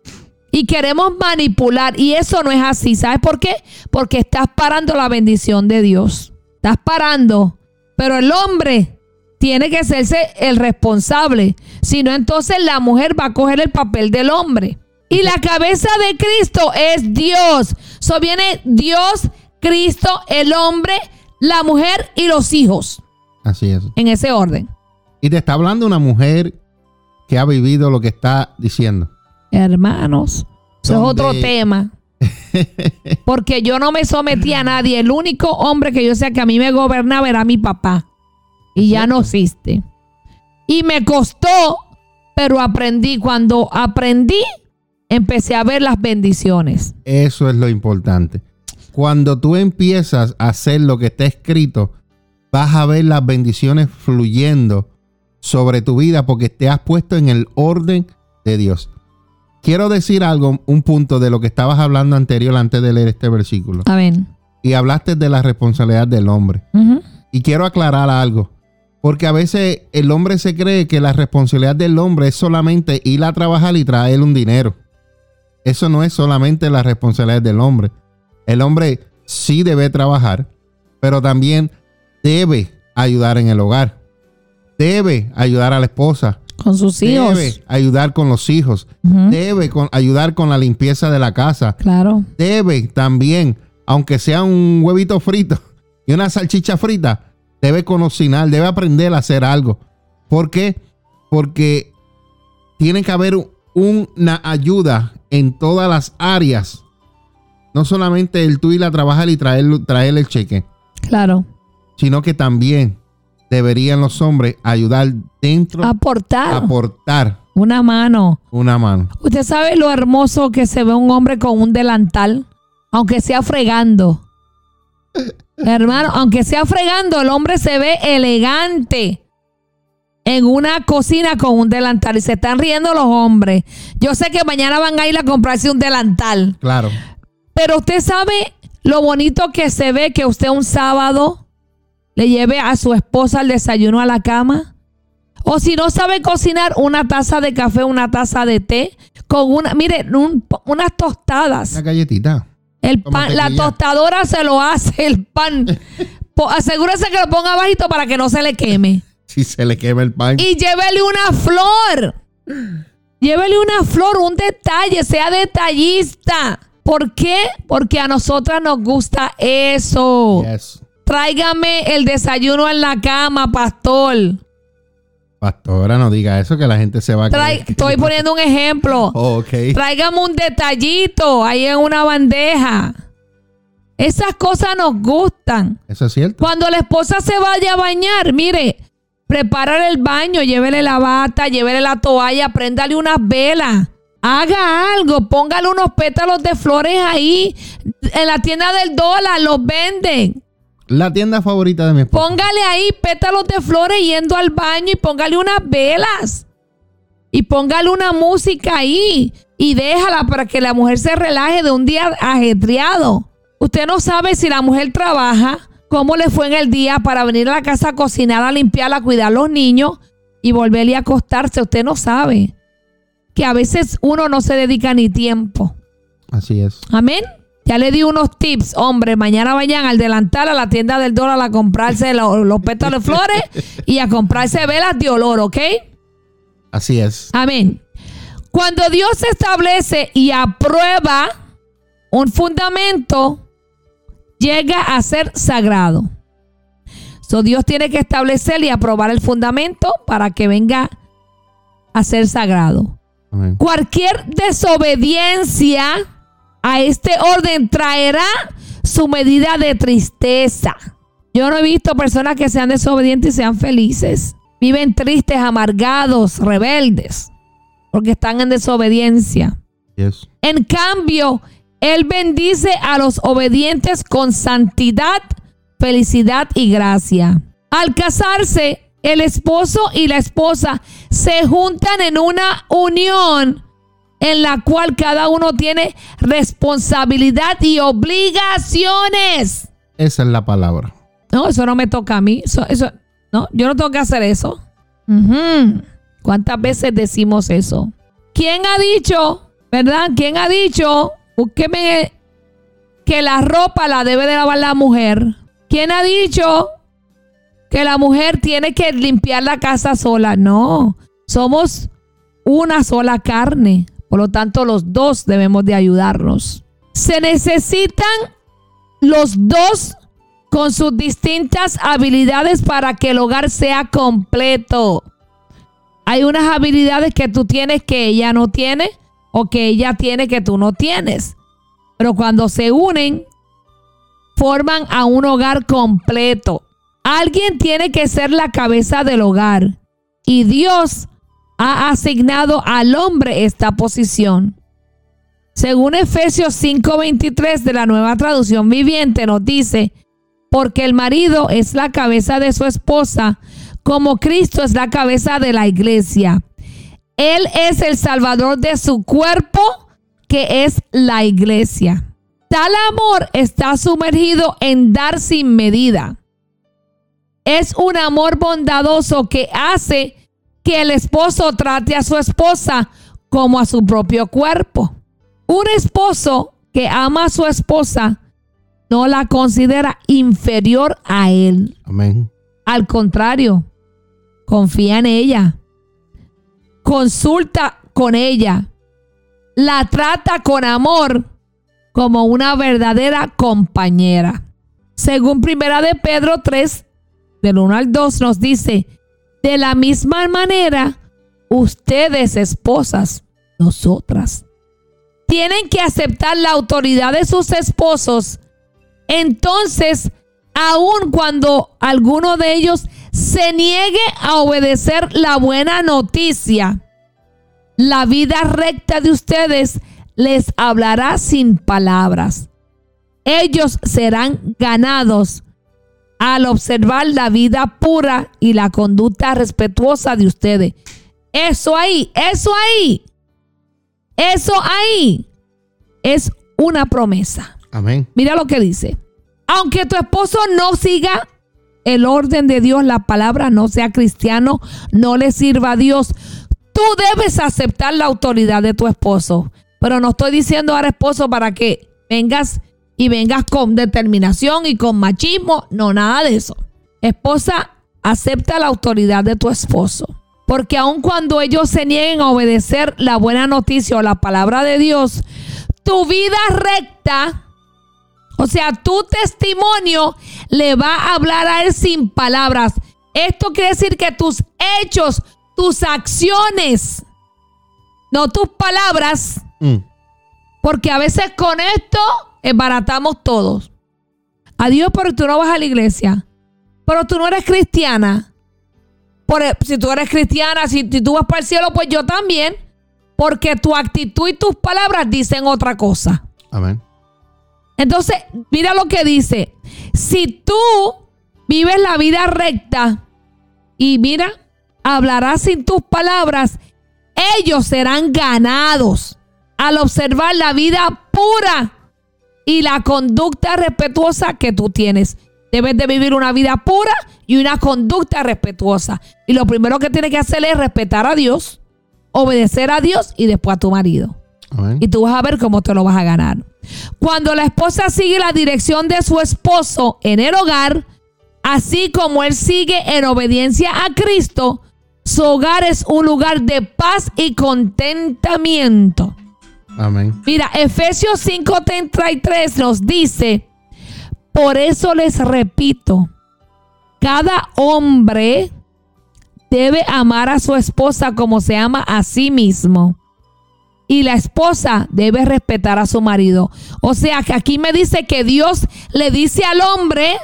Y queremos manipular. Y eso no es así. ¿Sabes por qué? Porque estás parando la bendición de Dios. Estás parando. Pero el hombre tiene que serse el responsable. Si no, entonces la mujer va a coger el papel del hombre. Y la cabeza de Cristo es Dios. So viene Dios, Cristo, el hombre, la mujer y los hijos. Así es. En ese orden. Y te está hablando una mujer que ha vivido lo que está diciendo. Hermanos, eso es otro tema. Porque yo no me sometí a nadie. El único hombre que yo sé que a mí me gobernaba era mi papá. Y ya no existe. Y me costó, pero aprendí. Cuando aprendí, empecé a ver las bendiciones. Eso es lo importante. Cuando tú empiezas a hacer lo que está escrito, vas a ver las bendiciones fluyendo sobre tu vida porque te has puesto en el orden de Dios. Quiero decir algo, un punto de lo que estabas hablando anterior antes de leer este versículo. Amén. Y hablaste de la responsabilidad del hombre. Uh-huh. Y quiero aclarar algo. Porque a veces el hombre se cree que la responsabilidad del hombre es solamente ir a trabajar y traer un dinero. Eso no es solamente la responsabilidad del hombre. El hombre sí debe trabajar, pero también debe ayudar en el hogar. Debe ayudar a la esposa. Con sus hijos. Debe ayudar con los hijos. Uh-huh. Debe con, ayudar con la limpieza de la casa. Claro. Debe también, aunque sea un huevito frito y una salchicha frita, debe cocinar, debe aprender a hacer algo. ¿Por qué? Porque tiene que haber una ayuda en todas las áreas. No solamente el tú ir a trabajar y traer, traer el cheque. Claro. Sino que también deberían los hombres ayudar dentro. Aportar. Aportar. Una mano. Una mano. ¿Usted sabe lo hermoso que se ve un hombre con un delantal? Aunque sea fregando. Hermano, aunque sea fregando, el hombre se ve elegante en una cocina con un delantal. Y se están riendo los hombres. Yo sé que mañana van a ir a comprarse un delantal. Claro. Pero usted sabe lo bonito que se ve que usted un sábado le lleve a su esposa el desayuno a la cama. O si no sabe cocinar, una taza de café, una taza de té, con una, mire, un, unas tostadas. Una galletita. El pan, la tostadora se lo hace, el pan. Asegúrese que lo ponga bajito para que no se le queme. Si se le quema el pan. Y llévele una flor. Llévele una flor, un detalle, sea detallista. ¿Por qué? Porque a nosotras nos gusta eso. Yes. Tráigame el desayuno en la cama, pastor. Pastora, no diga eso que la gente se va a Trae, creer. Estoy poniendo un ejemplo. Oh, okay. Tráigame un detallito ahí en una bandeja. Esas cosas nos gustan. Eso es cierto. Cuando la esposa se vaya a bañar, mire, prepárale el baño, llévele la bata, llévele la toalla, préndale unas velas. Haga algo, póngale unos pétalos de flores ahí. En la tienda del dólar los venden. La tienda favorita de mi esposa. Póngale ahí pétalos de flores yendo al baño y póngale unas velas. Y póngale una música ahí. Y déjala para que la mujer se relaje de un día ajetreado. Usted no sabe si la mujer trabaja, cómo le fue en el día para venir a la casa a cocinar, a limpiar, a cuidar a los niños y volverle a acostarse. Usted no sabe que a veces uno no se dedica ni tiempo. Así es. Amén. Ya le di unos tips, hombre. Mañana vayan al delantal a la tienda del dólar a comprarse los, los pétalos de flores y a comprarse velas de olor, ¿ok? Así es. Amén. Cuando Dios establece y aprueba un fundamento, llega a ser sagrado. So, Dios tiene que establecer y aprobar el fundamento para que venga a ser sagrado. Amén. Cualquier desobediencia a este orden traerá su medida de tristeza. Yo no he visto personas que sean desobedientes y sean felices. Viven tristes, amargados, rebeldes, porque están en desobediencia. Yes. En cambio, Él bendice a los obedientes con santidad, felicidad y gracia. Al casarse, el esposo y la esposa se juntan en una unión en la cual cada uno tiene responsabilidad y obligaciones. Esa es la palabra. No, eso no me toca a mí. Eso, eso, no, yo no tengo que hacer eso. Uh-huh. ¿Cuántas veces decimos eso? ¿Quién ha dicho, verdad? ¿Quién ha dicho, búsqueme, que la ropa la debe de lavar la mujer? ¿Quién ha dicho que la mujer tiene que limpiar la casa sola? No, somos una sola carne. Por lo tanto, los dos debemos de ayudarnos. Se necesitan los dos con sus distintas habilidades para que el hogar sea completo. Hay unas habilidades que tú tienes que ella no tiene o que ella tiene que tú no tienes. Pero cuando se unen, forman a un hogar completo. Alguien tiene que ser la cabeza del hogar y Dios ha asignado al hombre esta posición. Según Efesios cinco veintitrés de la Nueva Traducción Viviente nos dice, porque el marido es la cabeza de su esposa, como Cristo es la cabeza de la iglesia. Él es el salvador de su cuerpo, que es la iglesia. Tal amor está sumergido en dar sin medida. Es un amor bondadoso que hace que el esposo trate a su esposa como a su propio cuerpo. Un esposo que ama a su esposa no la considera inferior a él. Amén. Al contrario, confía en ella, consulta con ella, la trata con amor como una verdadera compañera. Según Primera de Pedro tres, del uno al dos nos dice, de la misma manera, ustedes esposas, nosotras, tienen que aceptar la autoridad de sus esposos. Entonces, aun cuando alguno de ellos se niegue a obedecer la buena noticia, la vida recta de ustedes les hablará sin palabras. Ellos serán ganados al observar la vida pura y la conducta respetuosa de ustedes. Eso ahí, eso ahí, eso ahí es una promesa. Amén. Mira lo que dice. Aunque tu esposo no siga el orden de Dios, la palabra, no sea cristiano, no le sirva a Dios, tú debes aceptar la autoridad de tu esposo. Pero no estoy diciendo ahora, esposo, para que vengas y vengas con determinación y con machismo. No, nada de eso. Esposa, acepta la autoridad de tu esposo. Porque aun cuando ellos se nieguen a obedecer la buena noticia o la palabra de Dios, tu vida recta, o sea, tu testimonio le va a hablar a él sin palabras. Esto quiere decir que tus hechos, tus acciones, no tus palabras, mm. porque a veces con esto embaratamos todos. Adiós, pero tú no vas a la iglesia. Pero tú no eres cristiana. Por, si tú eres cristiana, si, si tú vas para el cielo, pues yo también. Porque tu actitud y tus palabras dicen otra cosa. Amén. Entonces, mira lo que dice. Si tú vives la vida recta y mira, hablarás sin tus palabras, ellos serán ganados al observar la vida pura y la conducta respetuosa que tú tienes. Debes de vivir una vida pura y una conducta respetuosa. Y lo primero que tienes que hacer es respetar a Dios, obedecer a Dios y después a tu marido. Amén. Y tú vas a ver cómo te lo vas a ganar. Cuando la esposa sigue la dirección de su esposo en el hogar, así como él sigue en obediencia a Cristo, su hogar es un lugar de paz y contentamiento. Amén. Mira, Efesios cinco treinta y tres nos dice, por eso les repito, cada hombre debe amar a su esposa como se ama a sí mismo. Y la esposa debe respetar a su marido. O sea que aquí me dice que Dios le dice al hombre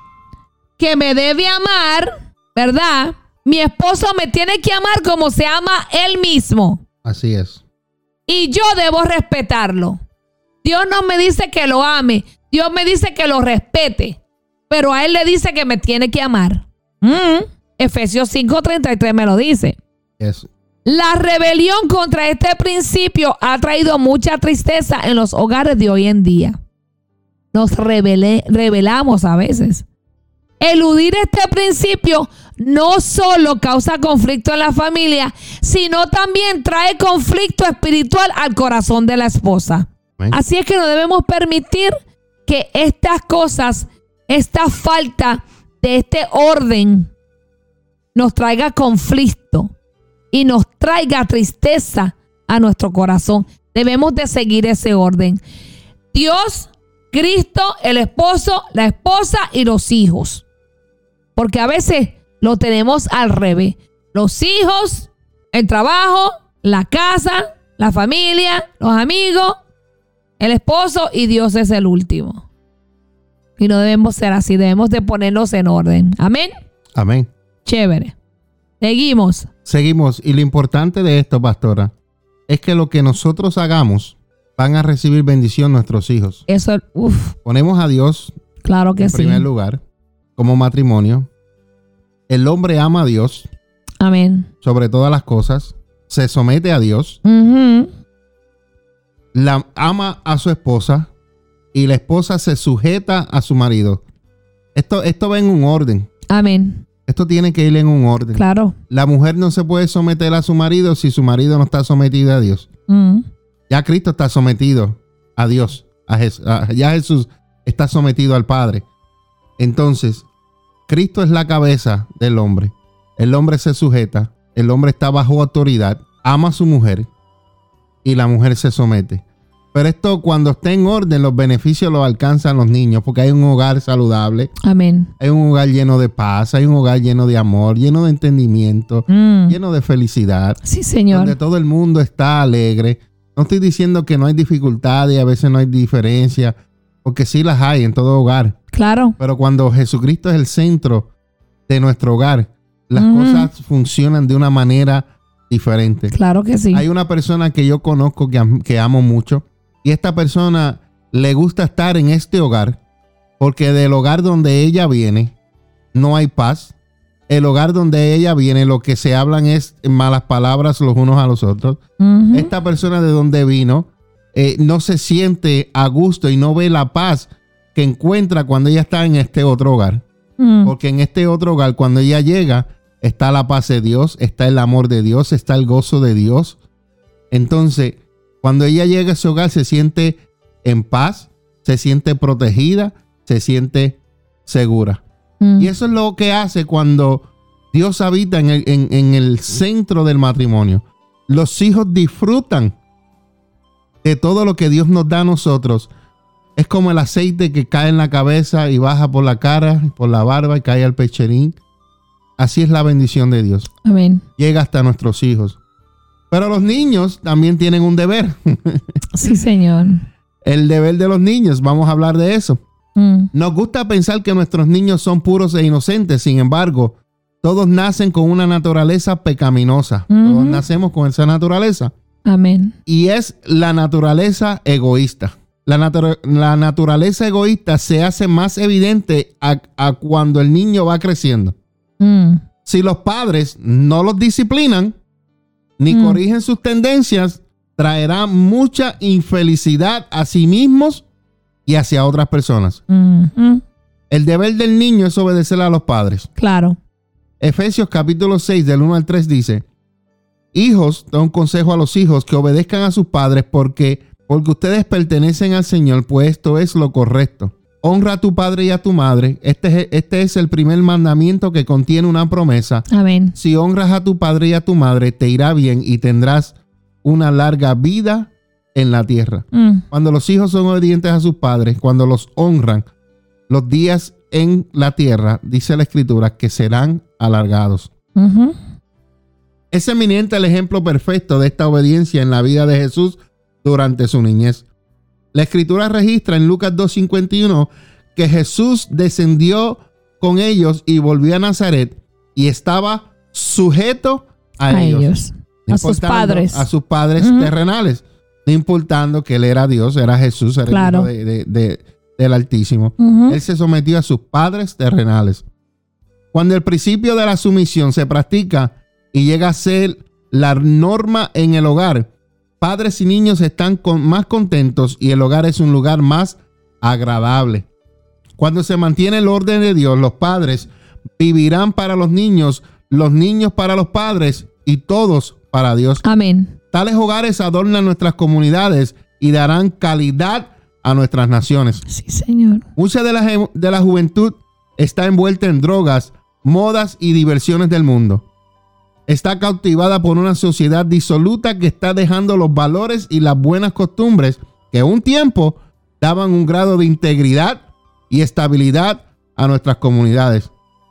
que me debe amar, ¿verdad? Mi esposo me tiene que amar como se ama él mismo. Así es. Y yo debo respetarlo. Dios no me dice que lo ame. Dios me dice que lo respete. Pero a él le dice que me tiene que amar. Mm. Efesios cinco treinta y tres me lo dice. Yes. La rebelión contra este principio ha traído mucha tristeza en los hogares de hoy en día. Nos rebelé, rebelamos a veces. Eludir este principio no solo causa conflicto en la familia, sino también trae conflicto espiritual al corazón de la esposa. Amén. Así es que no debemos permitir que estas cosas, esta falta de este orden, nos traiga conflicto y nos traiga tristeza a nuestro corazón. Debemos de seguir ese orden. Dios, Cristo, el esposo, la esposa y los hijos. Porque a veces lo tenemos al revés. Los hijos el trabajo, la casa, la familia, los amigos, el esposo, y Dios es el último. Y no debemos ser así, debemos de ponernos en orden. Amén. Amén. Chévere. Seguimos. Seguimos. Y lo importante de esto, pastora, es que lo que nosotros hagamos van a recibir bendición nuestros hijos. Eso, uff. Ponemos a Dios, claro que en sí, primer lugar, como matrimonio. El hombre ama a Dios. Amén. Sobre todas las cosas. Se somete a Dios. Uh-huh. La ama a su esposa. Y la esposa se sujeta a su marido. Esto, esto va en un orden. Amén. Esto tiene que ir en un orden. Claro. La mujer no se puede someter a su marido si su marido no está sometido a Dios. Uh-huh. Ya Cristo está sometido a Dios. A Jesús, a, ya Jesús está sometido al Padre. Entonces, Cristo es la cabeza del hombre. El hombre se sujeta. El hombre está bajo autoridad. Ama a su mujer. Y la mujer se somete. Pero esto, cuando esté en orden, los beneficios los alcanzan los niños, porque hay un hogar saludable. Amén. Hay un hogar lleno de paz, hay un hogar lleno de amor, lleno de entendimiento, mm. lleno de felicidad. Sí, Señor. Donde todo el mundo está alegre. No estoy diciendo que no hay dificultades y a veces no hay diferencia, porque sí las hay en todo hogar. Claro. Pero cuando Jesucristo es el centro de nuestro hogar, las mm. cosas funcionan de una manera diferente. Claro que sí. Hay una persona que yo conozco que, que amo mucho. Y esta persona le gusta estar en este hogar porque del hogar donde ella viene no hay paz. El hogar donde ella viene lo que se hablan es malas palabras los unos a los otros. Uh-huh. Esta persona de donde vino eh, no se siente a gusto y no ve la paz que encuentra cuando ella está en este otro hogar. Uh-huh. Porque en este otro hogar cuando ella llega está la paz de Dios, está el amor de Dios, está el gozo de Dios. Entonces, cuando ella llega a ese hogar se siente en paz, se siente protegida, se siente segura. Mm. Y eso es lo que hace cuando Dios habita en el, en, en el centro del matrimonio. Los hijos disfrutan de todo lo que Dios nos da a nosotros. Es como el aceite que cae en la cabeza y baja por la cara, por la barba y cae al pecherín. Así es la bendición de Dios. Amén. Llega hasta nuestros hijos. Pero los niños también tienen un deber. Sí, Señor. El deber de los niños, vamos a hablar de eso. Mm. Nos gusta pensar que nuestros niños son puros e inocentes. Sin embargo, todos nacen con una naturaleza pecaminosa. Mm-hmm. Todos nacemos con esa naturaleza. Amén. Y es la naturaleza egoísta. La, natu- la naturaleza egoísta se hace más evidente a, a cuando el niño va creciendo. Mm. Si los padres no los disciplinan, ni mm. corrigen sus tendencias, traerá mucha infelicidad a sí mismos y hacia otras personas. Mm-hmm. El deber del niño es obedecer a los padres. Claro. Efesios capítulo seis del uno al tres dice: hijos, da un consejo a los hijos que obedezcan a sus padres porque, porque ustedes pertenecen al Señor, pues esto es lo correcto. Honra a tu padre y a tu madre. Este es, este es el primer mandamiento que contiene una promesa. Amén. Si honras a tu padre y a tu madre, te irá bien y tendrás una larga vida en la tierra. Mm. Cuando los hijos son obedientes a sus padres, cuando los honran, los días en la tierra, dice la Escritura, que serán alargados. Uh-huh. Es eminente el ejemplo perfecto de esta obediencia en la vida de Jesús durante su niñez. La Escritura registra en Lucas dos cincuenta y uno que Jesús descendió con ellos y volvió a Nazaret y estaba sujeto a, a ellos, ellos. A sus padres. A sus padres uh-huh. terrenales, no importando que él era Dios, era Jesús, era claro. el hijo de, de, de, del Altísimo. Uh-huh. Él se sometió a sus padres terrenales. Cuando el principio de la sumisión se practica y llega a ser la norma en el hogar, padres y niños están con, más contentos y el hogar es un lugar más agradable. Cuando se mantiene el orden de Dios, los padres vivirán para los niños, los niños para los padres y todos para Dios. Amén. Tales hogares adornan nuestras comunidades y darán calidad a nuestras naciones. Sí, Señor. Mucha de la, de la juventud está envuelta en drogas, modas y diversiones del mundo. Está cautivada por una sociedad disoluta que está dejando los valores y las buenas costumbres que un tiempo daban un grado de integridad y estabilidad a nuestras comunidades.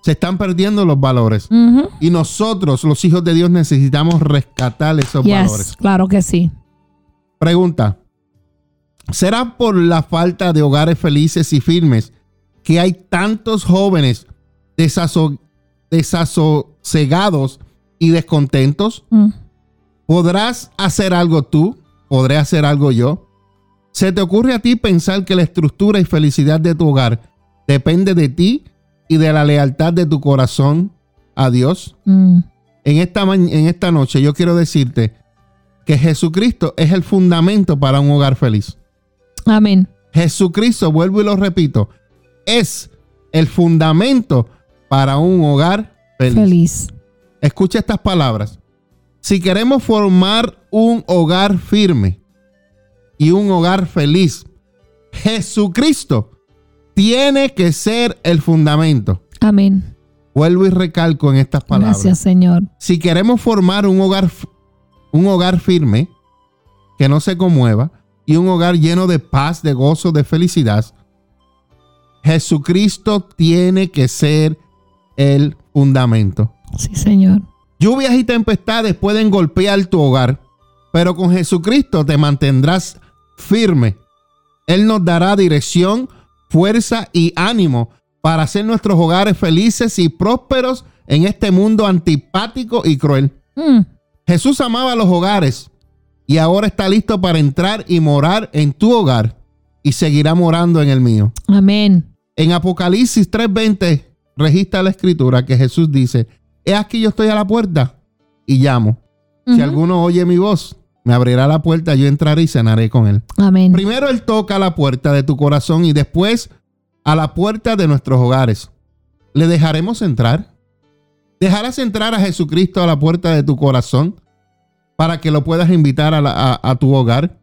Se están perdiendo los valores. Uh-huh. Y nosotros, los hijos de Dios, necesitamos rescatar esos yes, valores. Claro que sí. Pregunta. ¿Será por la falta de hogares felices y firmes que hay tantos jóvenes desaso- desasosegados y descontentos? Mm. ¿Podrás hacer algo tú? ¿Podré hacer algo yo? ¿Se te ocurre a ti pensar que la estructura y felicidad de tu hogar depende de ti y de la lealtad de tu corazón a Dios? Mm. En esta, ma- en esta noche yo quiero decirte que Jesucristo es el fundamento para un hogar feliz. Amén. Jesucristo, vuelvo y lo repito, es el fundamento para un hogar feliz. Feliz. Escucha estas palabras. Si queremos formar un hogar firme y un hogar feliz, Jesucristo tiene que ser el fundamento. Amén. Vuelvo y recalco en estas palabras. Gracias, Señor. Si queremos formar un hogar, un hogar firme, que no se conmueva, y un hogar lleno de paz, de gozo, de felicidad, Jesucristo tiene que ser el fundamento. Sí, Señor. Lluvias y tempestades pueden golpear tu hogar, pero con Jesucristo te mantendrás firme. Él nos dará dirección, fuerza y ánimo para hacer nuestros hogares felices y prósperos en este mundo antipático y cruel. Mm. Jesús amaba los hogares y ahora está listo para entrar y morar en tu hogar y seguirá morando en el mío. Amén. En Apocalipsis tres veinte registra la escritura que Jesús dice: he aquí yo estoy a la puerta y llamo. Uh-huh. Si alguno oye mi voz, me abrirá la puerta, yo entraré y cenaré con él. Amén. Primero Él toca la puerta de tu corazón y después a la puerta de nuestros hogares. ¿Le dejaremos entrar? ¿Dejarás entrar a Jesucristo a la puerta de tu corazón para que lo puedas invitar a, la, a, a tu hogar?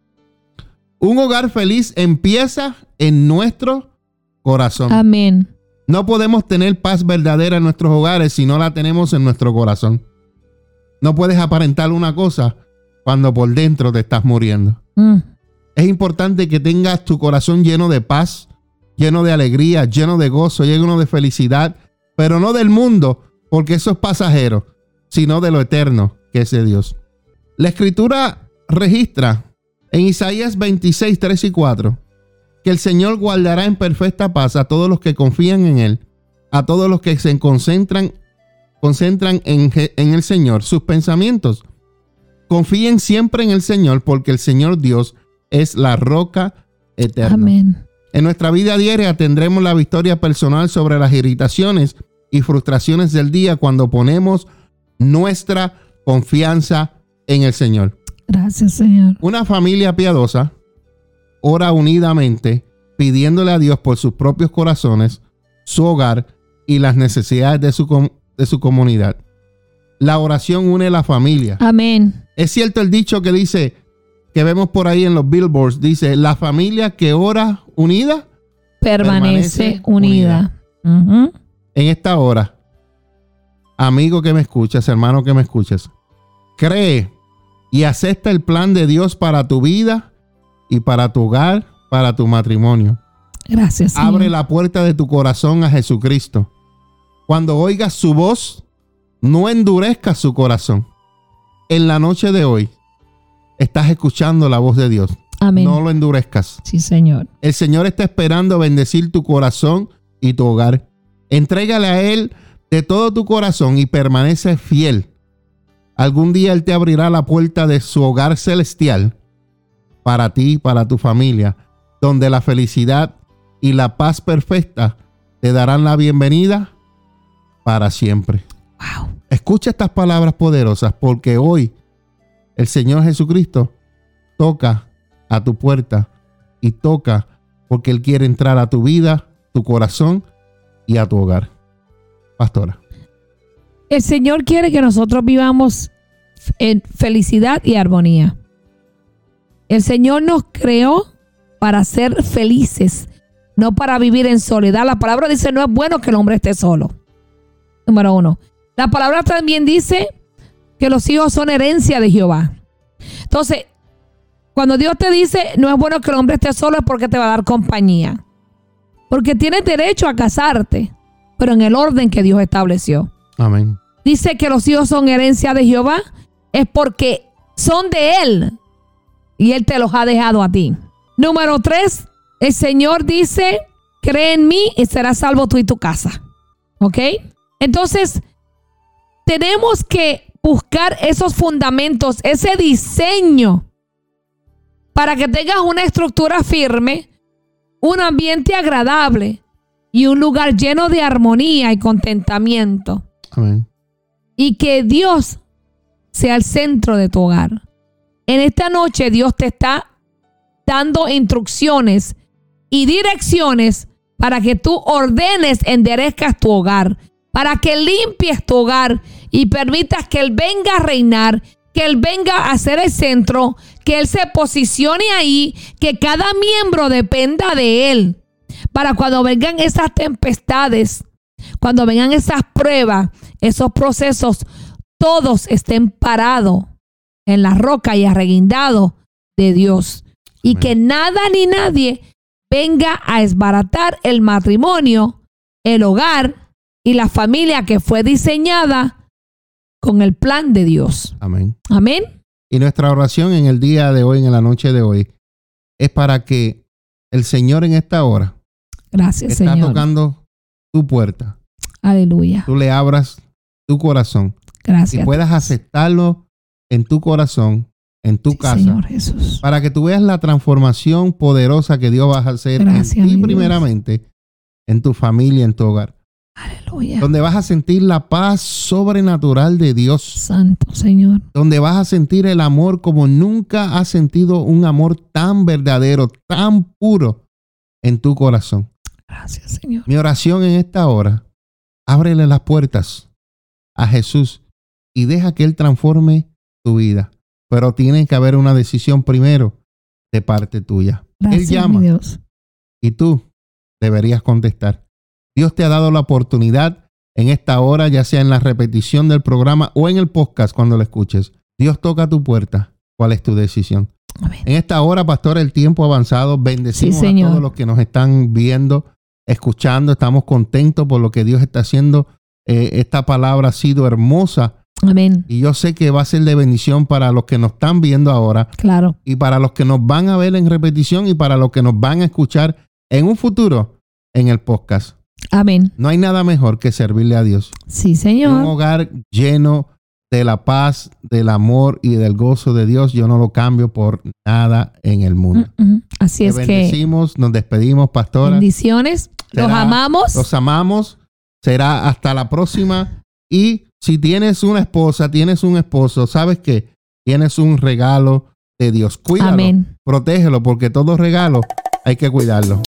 Un hogar feliz empieza en nuestro corazón. Amén. No podemos tener paz verdadera en nuestros hogares si no la tenemos en nuestro corazón. No puedes aparentar una cosa cuando por dentro te estás muriendo. Mm. Es importante que tengas tu corazón lleno de paz, lleno de alegría, lleno de gozo, lleno de felicidad, pero no del mundo, porque eso es pasajero, sino de lo eterno, que es de Dios. La Escritura registra en Isaías veintiséis, tres y cuatro que el Señor guardará en perfecta paz a todos los que confían en Él, a todos los que se concentran, concentran en, en el Señor, sus pensamientos. Confíen siempre en el Señor, porque el Señor Dios es la roca eterna. Amén. En nuestra vida diaria tendremos la victoria personal sobre las irritaciones y frustraciones del día cuando ponemos nuestra confianza en el Señor. Gracias, Señor. Una familia piadosa ora unidamente, pidiéndole a Dios por sus propios corazones, su hogar y las necesidades de su, com- de su comunidad. La oración une la familia. Amén. Es cierto el dicho que dice, que vemos por ahí en los billboards, dice: la familia que ora unida Permanece, permanece unida. unida. Uh-huh. En esta hora, amigo que me escuchas, hermano que me escuchas, cree y acepta el plan de Dios para tu vida y para tu hogar, para tu matrimonio. Gracias, Señor. Abre la puerta de tu corazón a Jesucristo. Cuando oigas su voz, no endurezcas su corazón. En la noche de hoy, estás escuchando la voz de Dios. Amén. No lo endurezcas. Sí, Señor. El Señor está esperando bendecir tu corazón y tu hogar. Entrégale a Él de todo tu corazón y permanece fiel. Algún día Él te abrirá la puerta de su hogar celestial para ti y para tu familia, donde la felicidad y la paz perfecta te darán la bienvenida para siempre. Wow. Escucha estas palabras poderosas, porque hoy el Señor Jesucristo toca a tu puerta y toca porque Él quiere entrar a tu vida, tu corazón y a tu hogar. Pastora. El Señor quiere que nosotros vivamos en felicidad y armonía. El Señor nos creó para ser felices, no para vivir en soledad. La palabra dice: no es bueno que el hombre esté solo. Número uno. La palabra también dice que los hijos son herencia de Jehová. Entonces, cuando Dios te dice no es bueno que el hombre esté solo, es porque te va a dar compañía. Porque tienes derecho a casarte, pero en el orden que Dios estableció. Amén. Dice que los hijos son herencia de Jehová, es porque son de Él y Él te los ha dejado a ti. Número tres, el Señor dice, cree en mí y serás salvo tú y tu casa. ¿Ok? Entonces, tenemos que buscar esos fundamentos, ese diseño, para que tengas una estructura firme, un ambiente agradable y un lugar lleno de armonía y contentamiento. Amén. Y que Dios sea el centro de tu hogar. En esta noche Dios te está dando instrucciones y direcciones para que tú ordenes, enderezcas tu hogar, para que limpies tu hogar y permitas que Él venga a reinar, que Él venga a ser el centro, que Él se posicione ahí, que cada miembro dependa de Él, para cuando vengan esas tempestades, cuando vengan esas pruebas, esos procesos, todos estén parados en la roca y arreguindados de Dios. Y que nada ni nadie venga a desbaratar el matrimonio, el hogar y la familia que fue diseñada con el plan de Dios. Amén. Amén. Y nuestra oración en el día de hoy, en la noche de hoy, es para que el Señor en esta hora Gracias, está Señor. tocando tu puerta. Aleluya. Tú le abras tu corazón. Gracias. Y puedas aceptarlo en tu corazón, en tu sí, casa. Señor Jesús. Para que tú veas la transformación poderosa que Dios va a hacer Gracias, en ti mi primeramente, Dios. En tu familia, en tu hogar. Aleluya. Donde vas a sentir la paz sobrenatural de Dios. Santo Señor. Donde vas a sentir el amor como nunca has sentido un amor tan verdadero, tan puro en tu corazón. Gracias, Señor. Mi oración en esta hora, ábrele las puertas a Jesús y deja que Él transforme tu vida. Pero tiene que haber una decisión primero de parte tuya. Gracias, Él llama mi Dios. y tú deberías contestar. Dios te ha dado la oportunidad en esta hora, ya sea en la repetición del programa o en el podcast cuando lo escuches. Dios toca tu puerta. ¿Cuál es tu decisión? Amén. En esta hora, pastor, el tiempo avanzado. Bendecimos Sí, a todos los que nos están viendo, escuchando. Estamos contentos por lo que Dios está haciendo. Eh, esta palabra ha sido hermosa. Amén. Y yo sé que va a ser de bendición para los que nos están viendo ahora. Claro. Y para los que nos van a ver en repetición y para los que nos van a escuchar en un futuro en el podcast. Amén. No hay nada mejor que servirle a Dios. Sí, Señor. Un hogar lleno de la paz, del amor y del gozo de Dios, yo no lo cambio por nada en el mundo. Mm-mm. Así es que bendecimos, nos despedimos, pastora. Bendiciones. Será, los amamos. Los amamos. Será hasta la próxima. Y si tienes una esposa, tienes un esposo, ¿sabes qué? Tienes un regalo de Dios. Cuídalo. Amén. Protégelo, porque todo regalo hay que cuidarlo.